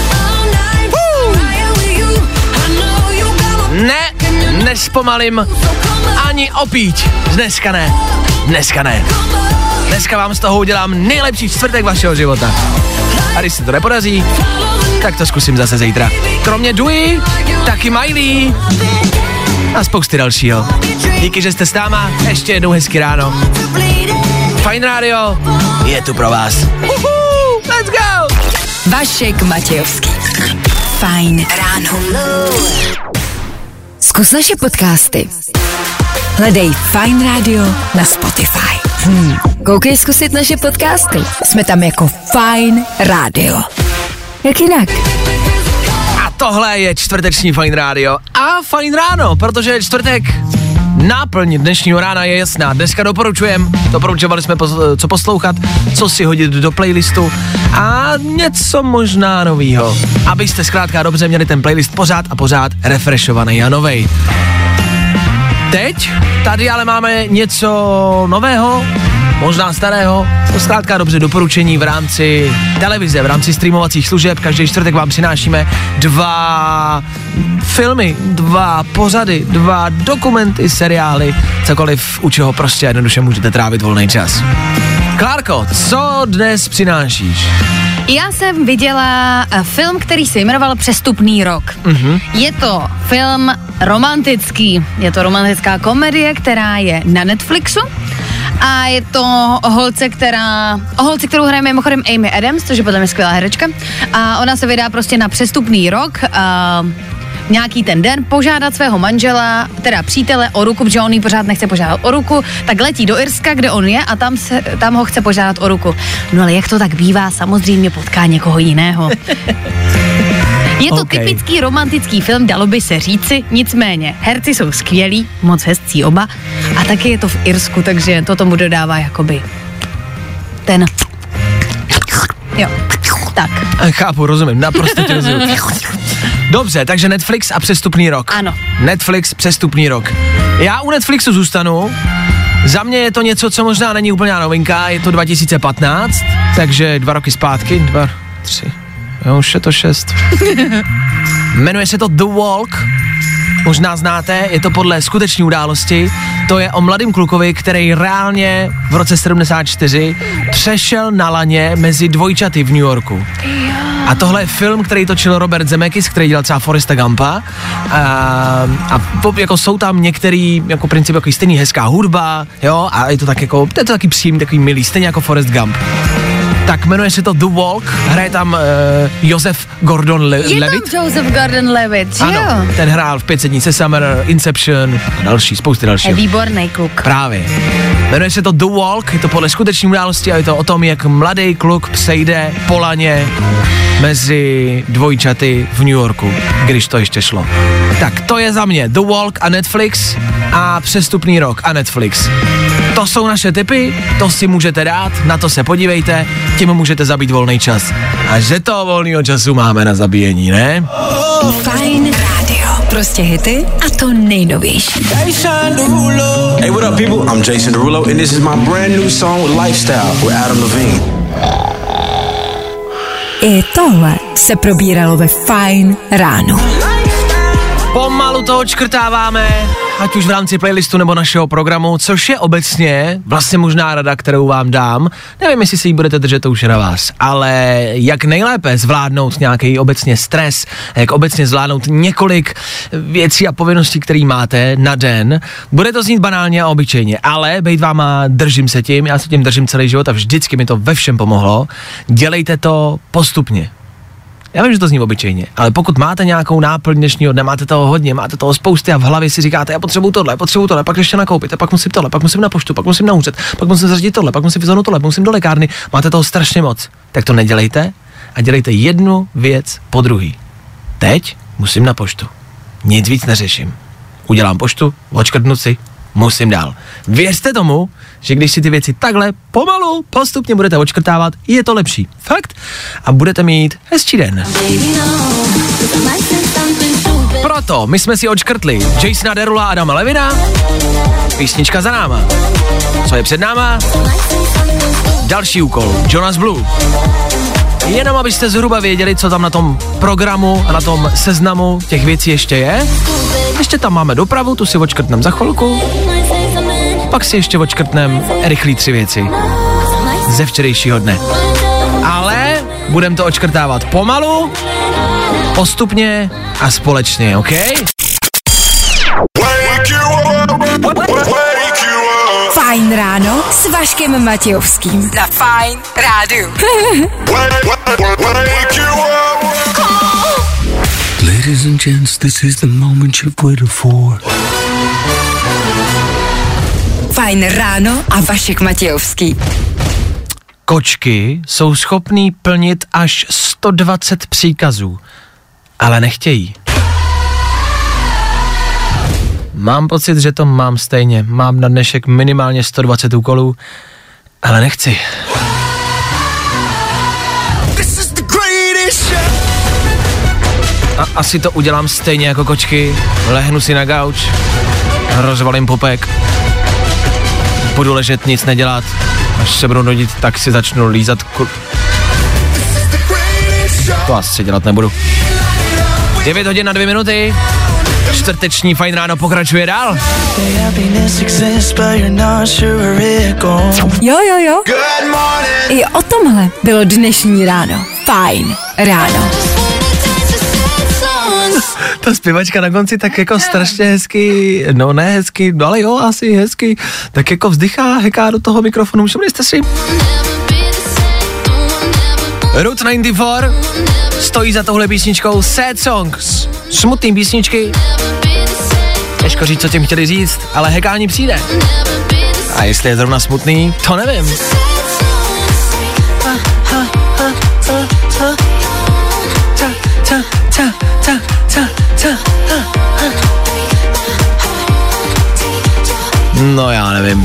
Ne, nespomalím ani opíť. Dneska ne, dneska ne. Dneska vám z toho udělám nejlepší čtvrtek vašeho života. A když se to nepodaří, tak to zkusím zase zítra. Kromě Dui, taky Miley a spousty dalšího. Díky, že jste s náma, ještě jednou hezky ráno. Fajn rádio je tu pro vás. Uhu, let's go! Vašek Matějovský. Fajn ráno. Zkus naše podcasty. Hledej Fajn rádio na Spotify. Hmm. Koukej zkusit naše podcasty. Jsme tam jako Fajn rádio. Jak jinak? A tohle je čtvrteční Fajn rádio a Fajn ráno, protože je čtvrtek. náplň dnešního rána je jasná. Dneska doporučujeme, doporučovali jsme pos- co poslouchat, co si hodit do playlistu a něco možná novýho. Abyste zkrátka dobře měli ten playlist pořád a pořád refreshovaný a novej. Teď tady ale máme něco nového, možná starého, to zkrátka dobře doporučení v rámci televize, v rámci streamovacích služeb. Každý čtvrtek vám přinášíme dva filmy, dva pořady, dva dokumenty, seriály, cokoliv, u čeho prostě jednoduše můžete trávit volný čas. Klárko, co dnes přinášíš? Já jsem viděla film, který se jmenoval Přestupný rok. Mm-hmm. Je to film romantický, je to romantická komedie, která je na Netflixu a je to o holce, která, o holce, kterou hraje mimochodem Amy Adams, což je podle mě skvělá herečka, a ona se vydá prostě na přestupný rok a nějaký ten den požádat svého manžela, teda přítele o ruku, protože on jí pořád nechce požádat o ruku, tak letí do Irska, kde on je a tam, se, tam ho chce požádat o ruku. No ale jak to tak bývá, samozřejmě potká někoho jiného. Je to okay. Typický romantický film, dalo by se říci, nicméně herci jsou skvělí, moc hezcí oba a taky je to v Irsku, takže to tomu dodává jakoby ten... Jo, tak. Chápu, rozumím, naprosto tě rozumím. Dobře, takže Netflix a Přestupný rok. Ano. Netflix, Přestupný rok. Já u Netflixu zůstanu. Za mě je to něco, co možná není úplně novinka, je to dva tisíce patnáct, takže dva roky zpátky, dva, tři, jo, už je to šest. Jmenuje se to The Walk, možná znáte, je to podle skutečné události, to je o mladém klukovi, který reálně v roce sedmdesát čtyři přešel na laně mezi dvojčaty v New Yorku. A tohle je film, který točil Robert Zemeckis, který dělal třeba Forresta Gumpa. A, a jako jsou tam některý, jako princip, jako stejný hezká hudba, jo, a je to tak jako, to je to taky příjemný, takový milý, stejně jako Forrest Gump. Tak jmenuje se to The Walk, hraje tam uh, Joseph Gordon-Levitt. Je tam Joseph Gordon-Levitt, ano, jo. Ten hrál v pět set dní se Summer, Inception a další, spousty dalších. Je výborný kluk. Právě. Jmenuje se to The Walk, je to podle skutečné události a je to o tom, jak mladý kluk přejde po laně mezi dvojčaty v New Yorku, když to ještě šlo. Tak to je za mě The Walk a Netflix a Přestupný rok a Netflix. To jsou naše tipy, to si můžete dát, na to se podívejte, tím můžete zabít volný čas. A že toho volného času máme na zabíjení, ne? Fajn rádio. Prostě hity a to nejnovější. Hey, what up, people? I'm Jason Derulo and this is my brand new song Lifestyle with Adam Levine. I tohle se probíralo ve Fajn ráno. Pomalu to odškrtáváme, ať už v rámci playlistu nebo našeho programu, což je obecně vlastně možná rada, kterou vám dám. Nevím, jestli si ji budete držet, to už je na vás, ale jak nejlépe zvládnout nějaký obecně stres, jak obecně zvládnout několik věcí a povinností, které máte na den. Bude to znít banálně a obyčejně, ale bejt váma, držím se tím, já se tím držím celý život a vždycky mi to ve všem pomohlo. Dělejte to postupně. Já vím, že to zní obyčejně, ale pokud máte nějakou náplň dnešního dne, máte toho hodně, máte toho spousty a v hlavě si říkáte, já potřebuju tohle, potřebuju tohle, pak ještě nakoupit, a pak musím tohle, pak musím na poštu, pak musím na úřad, pak musím zařídit tohle, pak musím vyzvednout tohle, musím do lékárny, máte toho strašně moc. Tak to nedělejte a dělejte jednu věc po druhý. Teď musím na poštu. Nic víc neřeším. Udělám poštu, odškrtnu si, musím dál. Věřte tomu, že když si ty věci takhle pomalu, postupně budete odškrtávat, je to lepší. Fakt. A budete mít hezčí den. Proto my jsme si odškrtli Jasona Derula a Adama Levina. Písnička za náma. Co je před náma? Další úkol. Jonas Blue. Jenom abyste zhruba věděli, co tam na tom programu a na tom seznamu těch věcí ještě je. Ještě tam máme dopravu, tu si odškrtnem za chvilku. Pak si ještě odškrtnem rychlý tři věci ze včerejšího dne. Ale budeme to odškrtávat pomalu, postupně a společně, OK? Fajn ráno s Vaškem Matějovským. Na Fajn rádiu. Ladies and gents, this is the moment you've waited for. Fajn ráno a Vašek Matějovský. Kočky jsou schopný plnit až sto dvacet příkazů, ale nechtějí. Mám pocit, že to mám stejně. Mám na dnešek minimálně sto dvacet úkolů, ale nechci. A asi to udělám stejně jako kočky. Lehnu si na gauč, rozvalím popek, budu ležet, nic nedělat. Až se budu nudit, tak si začnu lízat ko... To asi dělat nebudu. devět hodin na dvě minuty. Čtvrteční Fajn ráno pokračuje dál. Jo, jo, jo. I o tomhle bylo dnešní ráno. Fajn ráno. Ta zpěvačka na konci tak jako strašně hezky, no ne hezky, no ale jo, asi hezky, tak jako vzdychá, heká do toho mikrofonu, všimli jste si? Route devadesát čtyři stojí za touhle písničkou Sad Songs, smutný písničky, těžko říct, co tím chtěli říct, ale hekání přijde. A jestli je zrovna smutný, to nevím. No já nevím.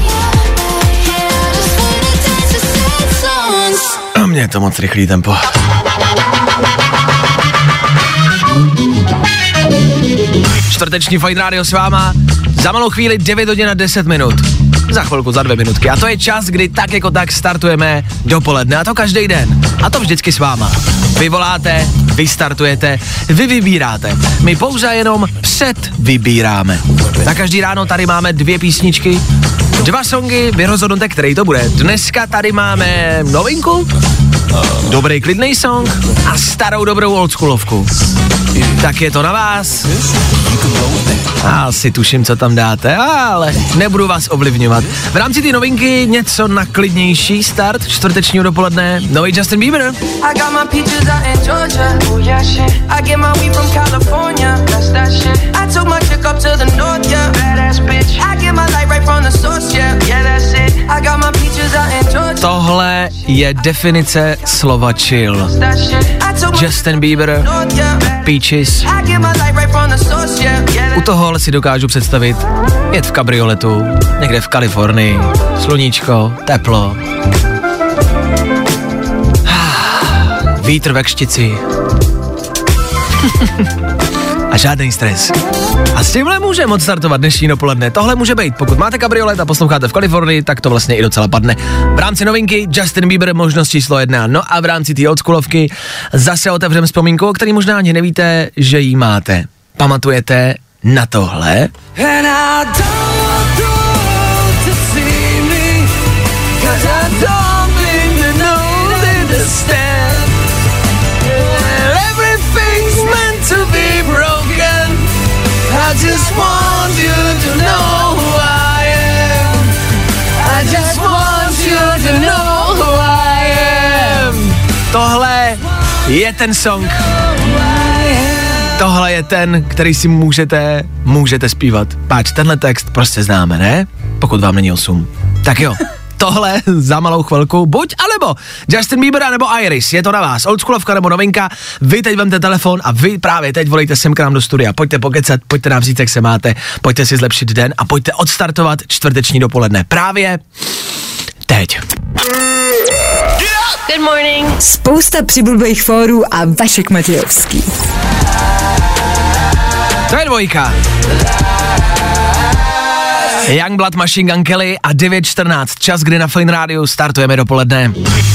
A mně je to moc rychlý tempo. Čtvrteční Fajn rádio s váma. Za malou chvíli devět hodin a deset minut. Za chvilku, za dvě minutky. A to je čas, kdy tak jako tak startujeme dopoledne. A to každý den. A to vždycky s váma. Vy voláte, vy startujete, vy vybíráte. My pouze jenom předvybíráme. Na každý ráno tady máme dvě písničky, dva songy, vy rozhodnete, který to bude. Dneska tady máme novinku, dobrý klidný song a starou dobrou oldschoolovku. Tak je to na vás. Asi tuším, co tam dáte, ale nebudu vás ovlivňovat. V rámci té novinky něco na klidnější start čtvrtečního dopoledne. Nový Justin Bieber. Tohle je definice slova chill. Justin Bieber, Peaches. U tohohle si dokážu představit jet v kabrioletu, někde v Kalifornii, sluníčko, teplo. Vítr ve kštici. A žádný stres. A s tímhle může moc startovat dnešní dopoledne. Tohle může být. Pokud máte kabriolet a posloucháte v Kalifornii, tak to vlastně i docela padne. V rámci novinky Justin Bieber možnost číslo jedna. No a v rámci té oldschoolovky zase otevřeme vzpomínku, o který možná ani nevíte, že jí máte. Pamatujete na tohle? I just want you to know who I am. I just want you to know who I am. Tohle je ten song. Tohle je ten, který si můžete, můžete zpívat. Páč, tenhle text prostě známe, ne? Pokud vám není osm. Tak jo. Tohle za malou chvilku, buď alebo Justin Bieber nebo Iris, je to na vás, oldschoolovka nebo novinka, vy teď vemte telefon a vy právě teď volejte sem k nám do studia, pojďte pokecat, pojďte nám říct, jak se máte, pojďte si zlepšit den a pojďte odstartovat čtvrteční dopoledne právě teď. Good morning. Spousta přibulbých fórů a Vašek Matějovský. To je dvojka. Youngblood, Machine Gun Kelly a devět čtrnáct, čas, kdy na Fajn rádiu startujeme dopoledne.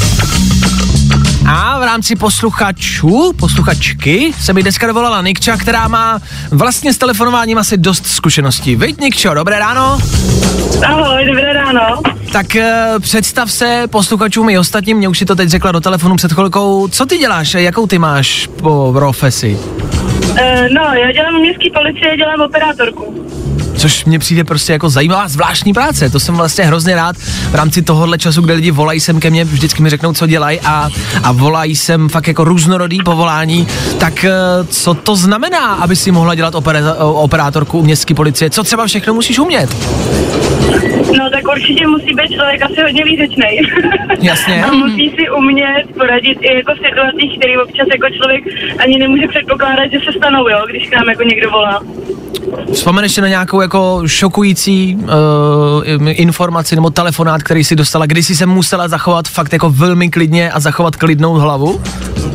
A v rámci posluchačů, posluchačky se mi dneska dovolala Nikča, která má vlastně s telefonováním asi dost zkušeností. Viď, Nikčo, dobré ráno? Ahoj, dobré ráno. Tak uh, představ se posluchačům i ostatním, mě už si to teď řekla do telefonu před chvilkou. Co ty děláš, jakou ty máš po profesi? Uh, no, já dělám v městské policii, dělám operátorku. Což mně přijde prostě jako zajímavá zvláštní práce, to jsem vlastně hrozně rád v rámci tohohle času, kde lidi volají sem ke mně, vždycky mi řeknou, co dělají a, a volají sem fakt jako různorodý povolání, tak co to znamená, aby si mohla dělat opera, operátorku u městské policie, co třeba všechno musíš umět? No tak určitě musí být člověk asi hodně výřečnej. Jasně. A musí si umět poradit i jako v situacích, který občas jako člověk ani nemůže předpokládat, že se stanou, jo, když k nám jako někdo volá. Vzpomeneš si na nějakou jako šokující uh, informaci nebo telefonát, který si dostala, kdy jsi se musela zachovat fakt jako velmi klidně a zachovat klidnou hlavu? Uh,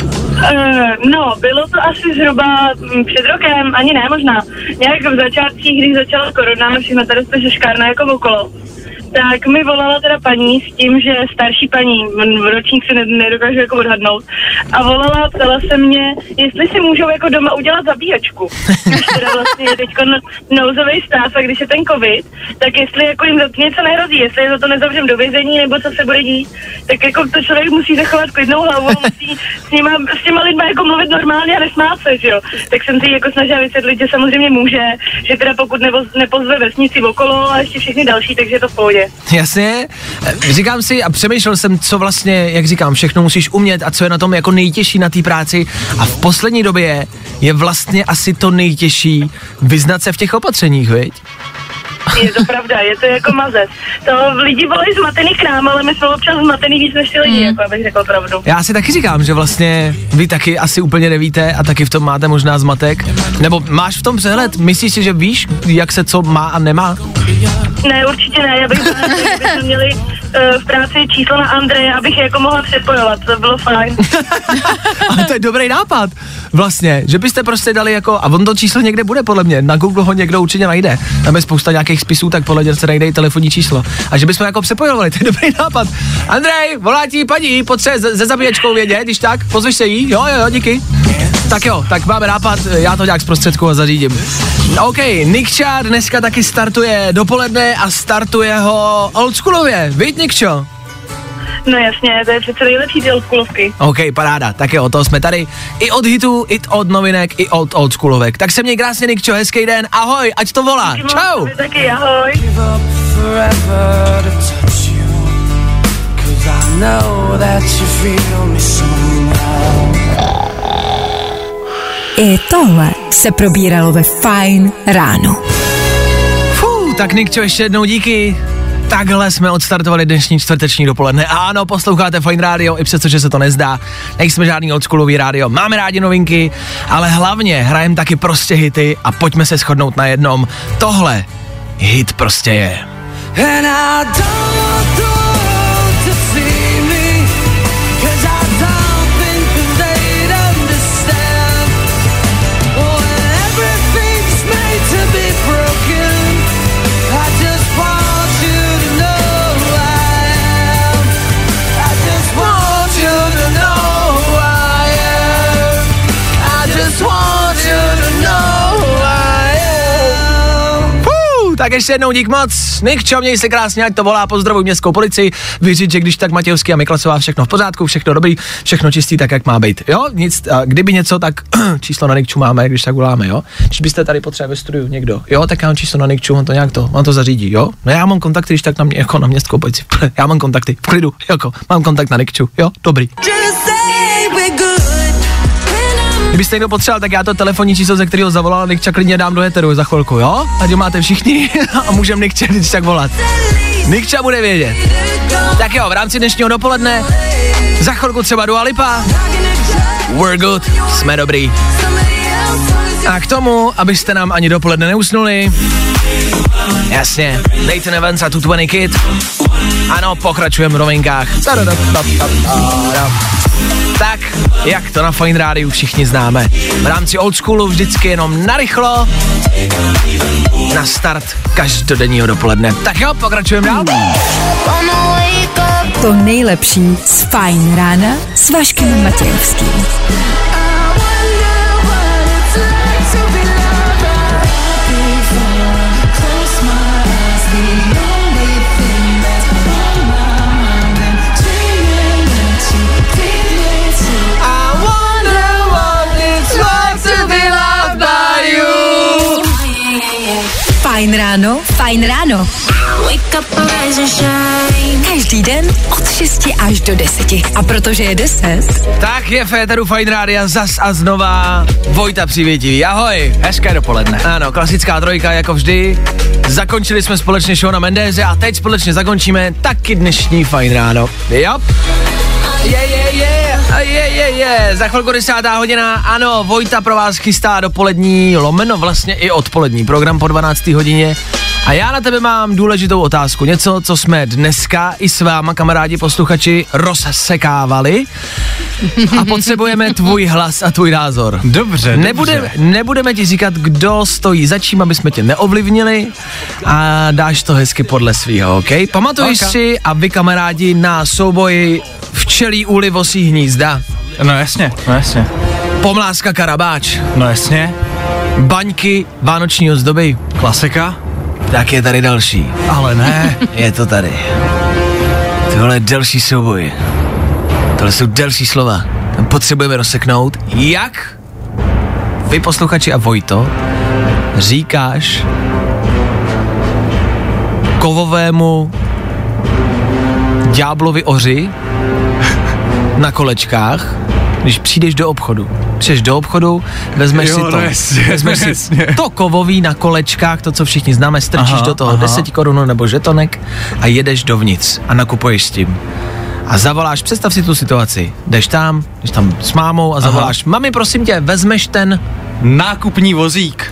no, bylo to asi zhruba před rokem, ani ne možná. Nějak v začátcích, když začala korona, všechno tady to šeškárna jako okolo. Tak mi volala teda paní s tím, že starší paní, ročník si nedokážu jako odhadnout, a volala, ptala se mě, jestli si můžou jako doma udělat zabíjačku. Když teda vlastně je teďko nouzový stav a když je ten covid, tak jestli jako jim něco nehrozí, jestli je za to nezavřem do vězení nebo co se bude dít, tak jako to člověk musí zachovat klidnou hlavu, musí s, nima, s těma lidma jako mluvit normálně a nesmát se, že jo. Tak jsem si jako snažila vysvětlit, že samozřejmě může, že teda pokud nepoz, nepozve vesnici okolo a ještě všechny další, takže je to v pohodě. Jasně, říkám si a přemýšlel jsem, co vlastně, jak říkám, všechno musíš umět a co je na tom jako nejtěžší na té práci a v poslední době je vlastně asi to nejtěžší vyznat se v těch opatřeních, viď? Je to pravda, je to jako mazec. To lidi volají zmatený k nám, ale my jsme občas zmatený víc než ty lidi, mm. jako abych řekl pravdu. Já si taky říkám, že vlastně vy taky asi úplně nevíte a taky v tom máte možná zmatek. Nebo máš v tom přehled? Myslíš si, že víš, jak se co má a nemá? Ne, určitě ne, já bych byla, že bychom měli uh, v práci číslo na Andreje, abych je jako mohla přepojovat, to bylo fajn. Ale to je dobrý nápad, vlastně, že byste prostě dali jako, a on to číslo někde bude podle mě, na Google ho někdo určitě najde, tam je spousta nějakých spisů, tak podle mě se najde i telefonní číslo. A že bychom jako přepojovali, to je dobrý nápad. Andrej, volá ti paní, potře se zabíječkou vědět, když tak, pozveš se jí, jo, jo, jo, díky. Tak jo, tak máme nápad, já to nějak zprostředku a zařídím. OK, Nikča dneska taky startuje dopoledne a startuje ho oldschoolově, víš Nikčo? No jasně, to je přece nejlepší ty oldschoolovky. OK, paráda, tak jo, to jsme tady i od hitů, i od novinek, i od oldschoolovek. Tak se měj krásně Nikčo, hezký den, ahoj, ať to volá, díky čau. Moc, taky, ahoj. I tohle se probíralo ve Fajn ráno. Fuh, tak Nikčo, ještě jednou díky. Takhle jsme odstartovali dnešní čtvrteční dopoledne. A ano, posloucháte Fajn rádio, i přesto, že se to nezdá. Nejsme žádný oldschoolový rádio, máme rádi novinky, ale hlavně hrajeme taky prostě hity a pojďme se shodnout na jednom. Tohle hit prostě je. Tak ještě jednou dík moc. Nikčo, měj se krásně, ať to volá, pozdravuj městskou policii. Vyříct, že když tak Matějovský a Miklasová, všechno v pořádku, všechno dobrý, všechno čistý, tak jak má být. Jo, nic, a kdyby něco, tak číslo na Nikču máme, když tak voláme, jo. Když byste tady potřebovali ve studiu někdo, jo, tak já mám číslo na Nikču, on to nějak to, on to zařídí, jo. No já mám kontakty, když tak na mě, jako na městskou policii. Já mám kontakty, v klidu, jako, mám kontakt na Nikču, jo, dobrý. Kdybyste někdo potřeboval, tak já to telefonní číslo, ze kterého zavolal Nikča, klidně dám do éteru za chvilku, jo? Ať ho máte všichni a můžeme Nikča když tak volat. Nikča bude vědět. Tak jo, v rámci dnešního dopoledne za chvilku třeba Dua Lipa. We're good, jsme dobrý. A k tomu, abyste nám ani dopoledne neusnuli, jasně, Nathan Evans a Two Twenty Kid. Ano, pokračujeme v novinkách. Tak, jak to na Fajn rádiu všichni známe. V rámci oldschoolu vždycky jenom narychlo na start každodenního dopoledne. Tak jo, pokračujeme dál. To nejlepší z Fajn rána s Vaškem Matějovským. Fajn ráno, Fajn ráno. Každý den od šesti až do deseti. A protože je deset. Tak je v éteru Fajn rádia zas a znova Vojta Přivětivý. Ahoj, hezké dopoledne. Ano, klasická trojka jako vždy. Zakončili jsme společně Šona Mendeze a teď společně zakončíme taky dnešní Fajn ráno. Jo? Je, je, je, je, je, je. je za chvilku desátá hodina, ano, Vojta pro vás chystá dopolední, lomeno vlastně i odpolední program po dvanácté hodině. A já na tebe mám důležitou otázku, něco, co jsme dneska i s váma, kamarádi posluchači, rozsekávali a potřebujeme tvůj hlas a tvůj názor. Dobře, Nebude, dobře. Nebudeme ti říkat, kdo stojí za čím, aby jsme tě neovlivnili a dáš to hezky podle svýho, ok? Pamatuješ Okay. si a vy, kamarádi, na souboji včelí úly vosí hnízda? No jasně, no jasně. Pomlázka Karabáč, No jasně. baňky vánoční ozdoby. Klasika? Tak je tady další. Ale ne. Je to tady. Tohle je delší souboj. Tohle jsou delší slova. Tam potřebujeme rozseknout, jak vy, posluchači a Vojto, říkáš kovovému ďáblovi oři na kolečkách, když přijdeš do obchodu. Přijdeš do obchodu, vezmeš Jo, si to, no jasně, vezmeš si jasně. to kovový na kolečkách, to, co všichni známe, strčíš Aha, do toho aha. deset korun nebo žetonek a jedeš dovnitř a nakupuješ s tím. A zavoláš, představ si tu situaci, jdeš tam, jdeš tam s mámou a zavoláš, aha. Mami, prosím tě, vezmeš ten Nákupní vozík.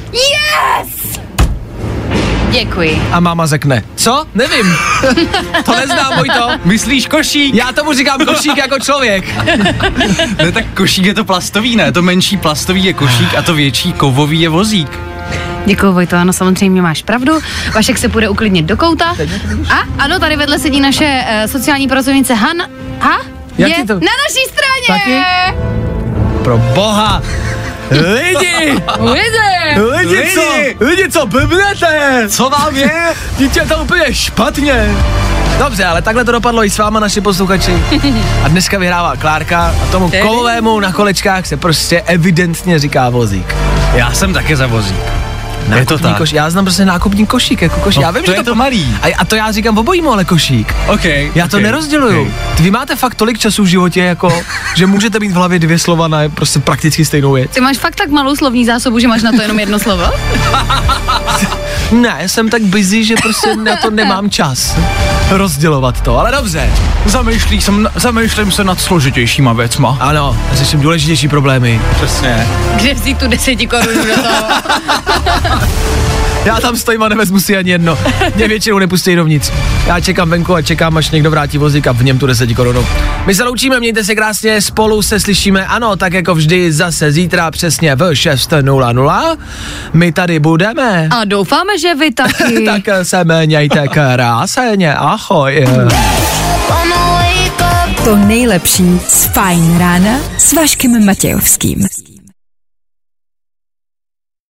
Děkuji. a máma řekne, co? Nevím. To neznám, Vojto. Myslíš košík? Já tomu říkám košík jako člověk. Ne, tak košík je to plastový, ne? To menší plastový je košík a to větší kovový je vozík. Děkuji, Vojto, ano, samozřejmě máš pravdu. Vašek se půjde uklidnit do kouta. A ano, tady vedle sedí naše uh, sociální pracovnice Han. A? Jak je ty to- na naší straně. Taky? Pro boha. Lidi! Lidi! Lidi, co? Lidi, co blbnete? Co vám je? Dítě je to úplně špatně. Dobře, ale takhle to dopadlo i s váma, naši posluchači. A dneska vyhrává Klárka a tomu kovovému na kolečkách se prostě evidentně říká vozík. Já jsem také za vozík. Nákupní to tak. Koš, já znám prostě nákupní košík, jako košík. No, já vím, to že je to malý. A, a to já říkám obojímu, ale košík. Okay, Já to okay, nerozděluju. okay. Vy máte fakt tolik času v životě, jako, že můžete mít v hlavě dvě slova na prostě prakticky stejnou věc. Ty máš fakt tak malou slovní zásobu, že máš na to jenom jedno slovo? Ne, jsem tak busy, že prostě na to nemám čas rozdělovat to, ale dobře. Zamýšlím, jsem, zamýšlím se nad složitějšíma věcma. Ano, řeším důležitější problémy. Přesně. Kde vzít tu deseti korun do toho? Já tam stojím a nevezmu si ani jedno. Mě většinou nepustí dovnitř. Já čekám venku a čekám, až někdo vrátí vozík a v něm tu deset korun. My se loučíme, mějte se krásně, spolu se slyšíme, ano, tak jako vždy zase zítra přesně v šest nula nula. My tady budeme. A doufáme, že vy taky. Tak se mějte krásně, ahoj. To nejlepší z Fajn rána s Vaškem Matějovským.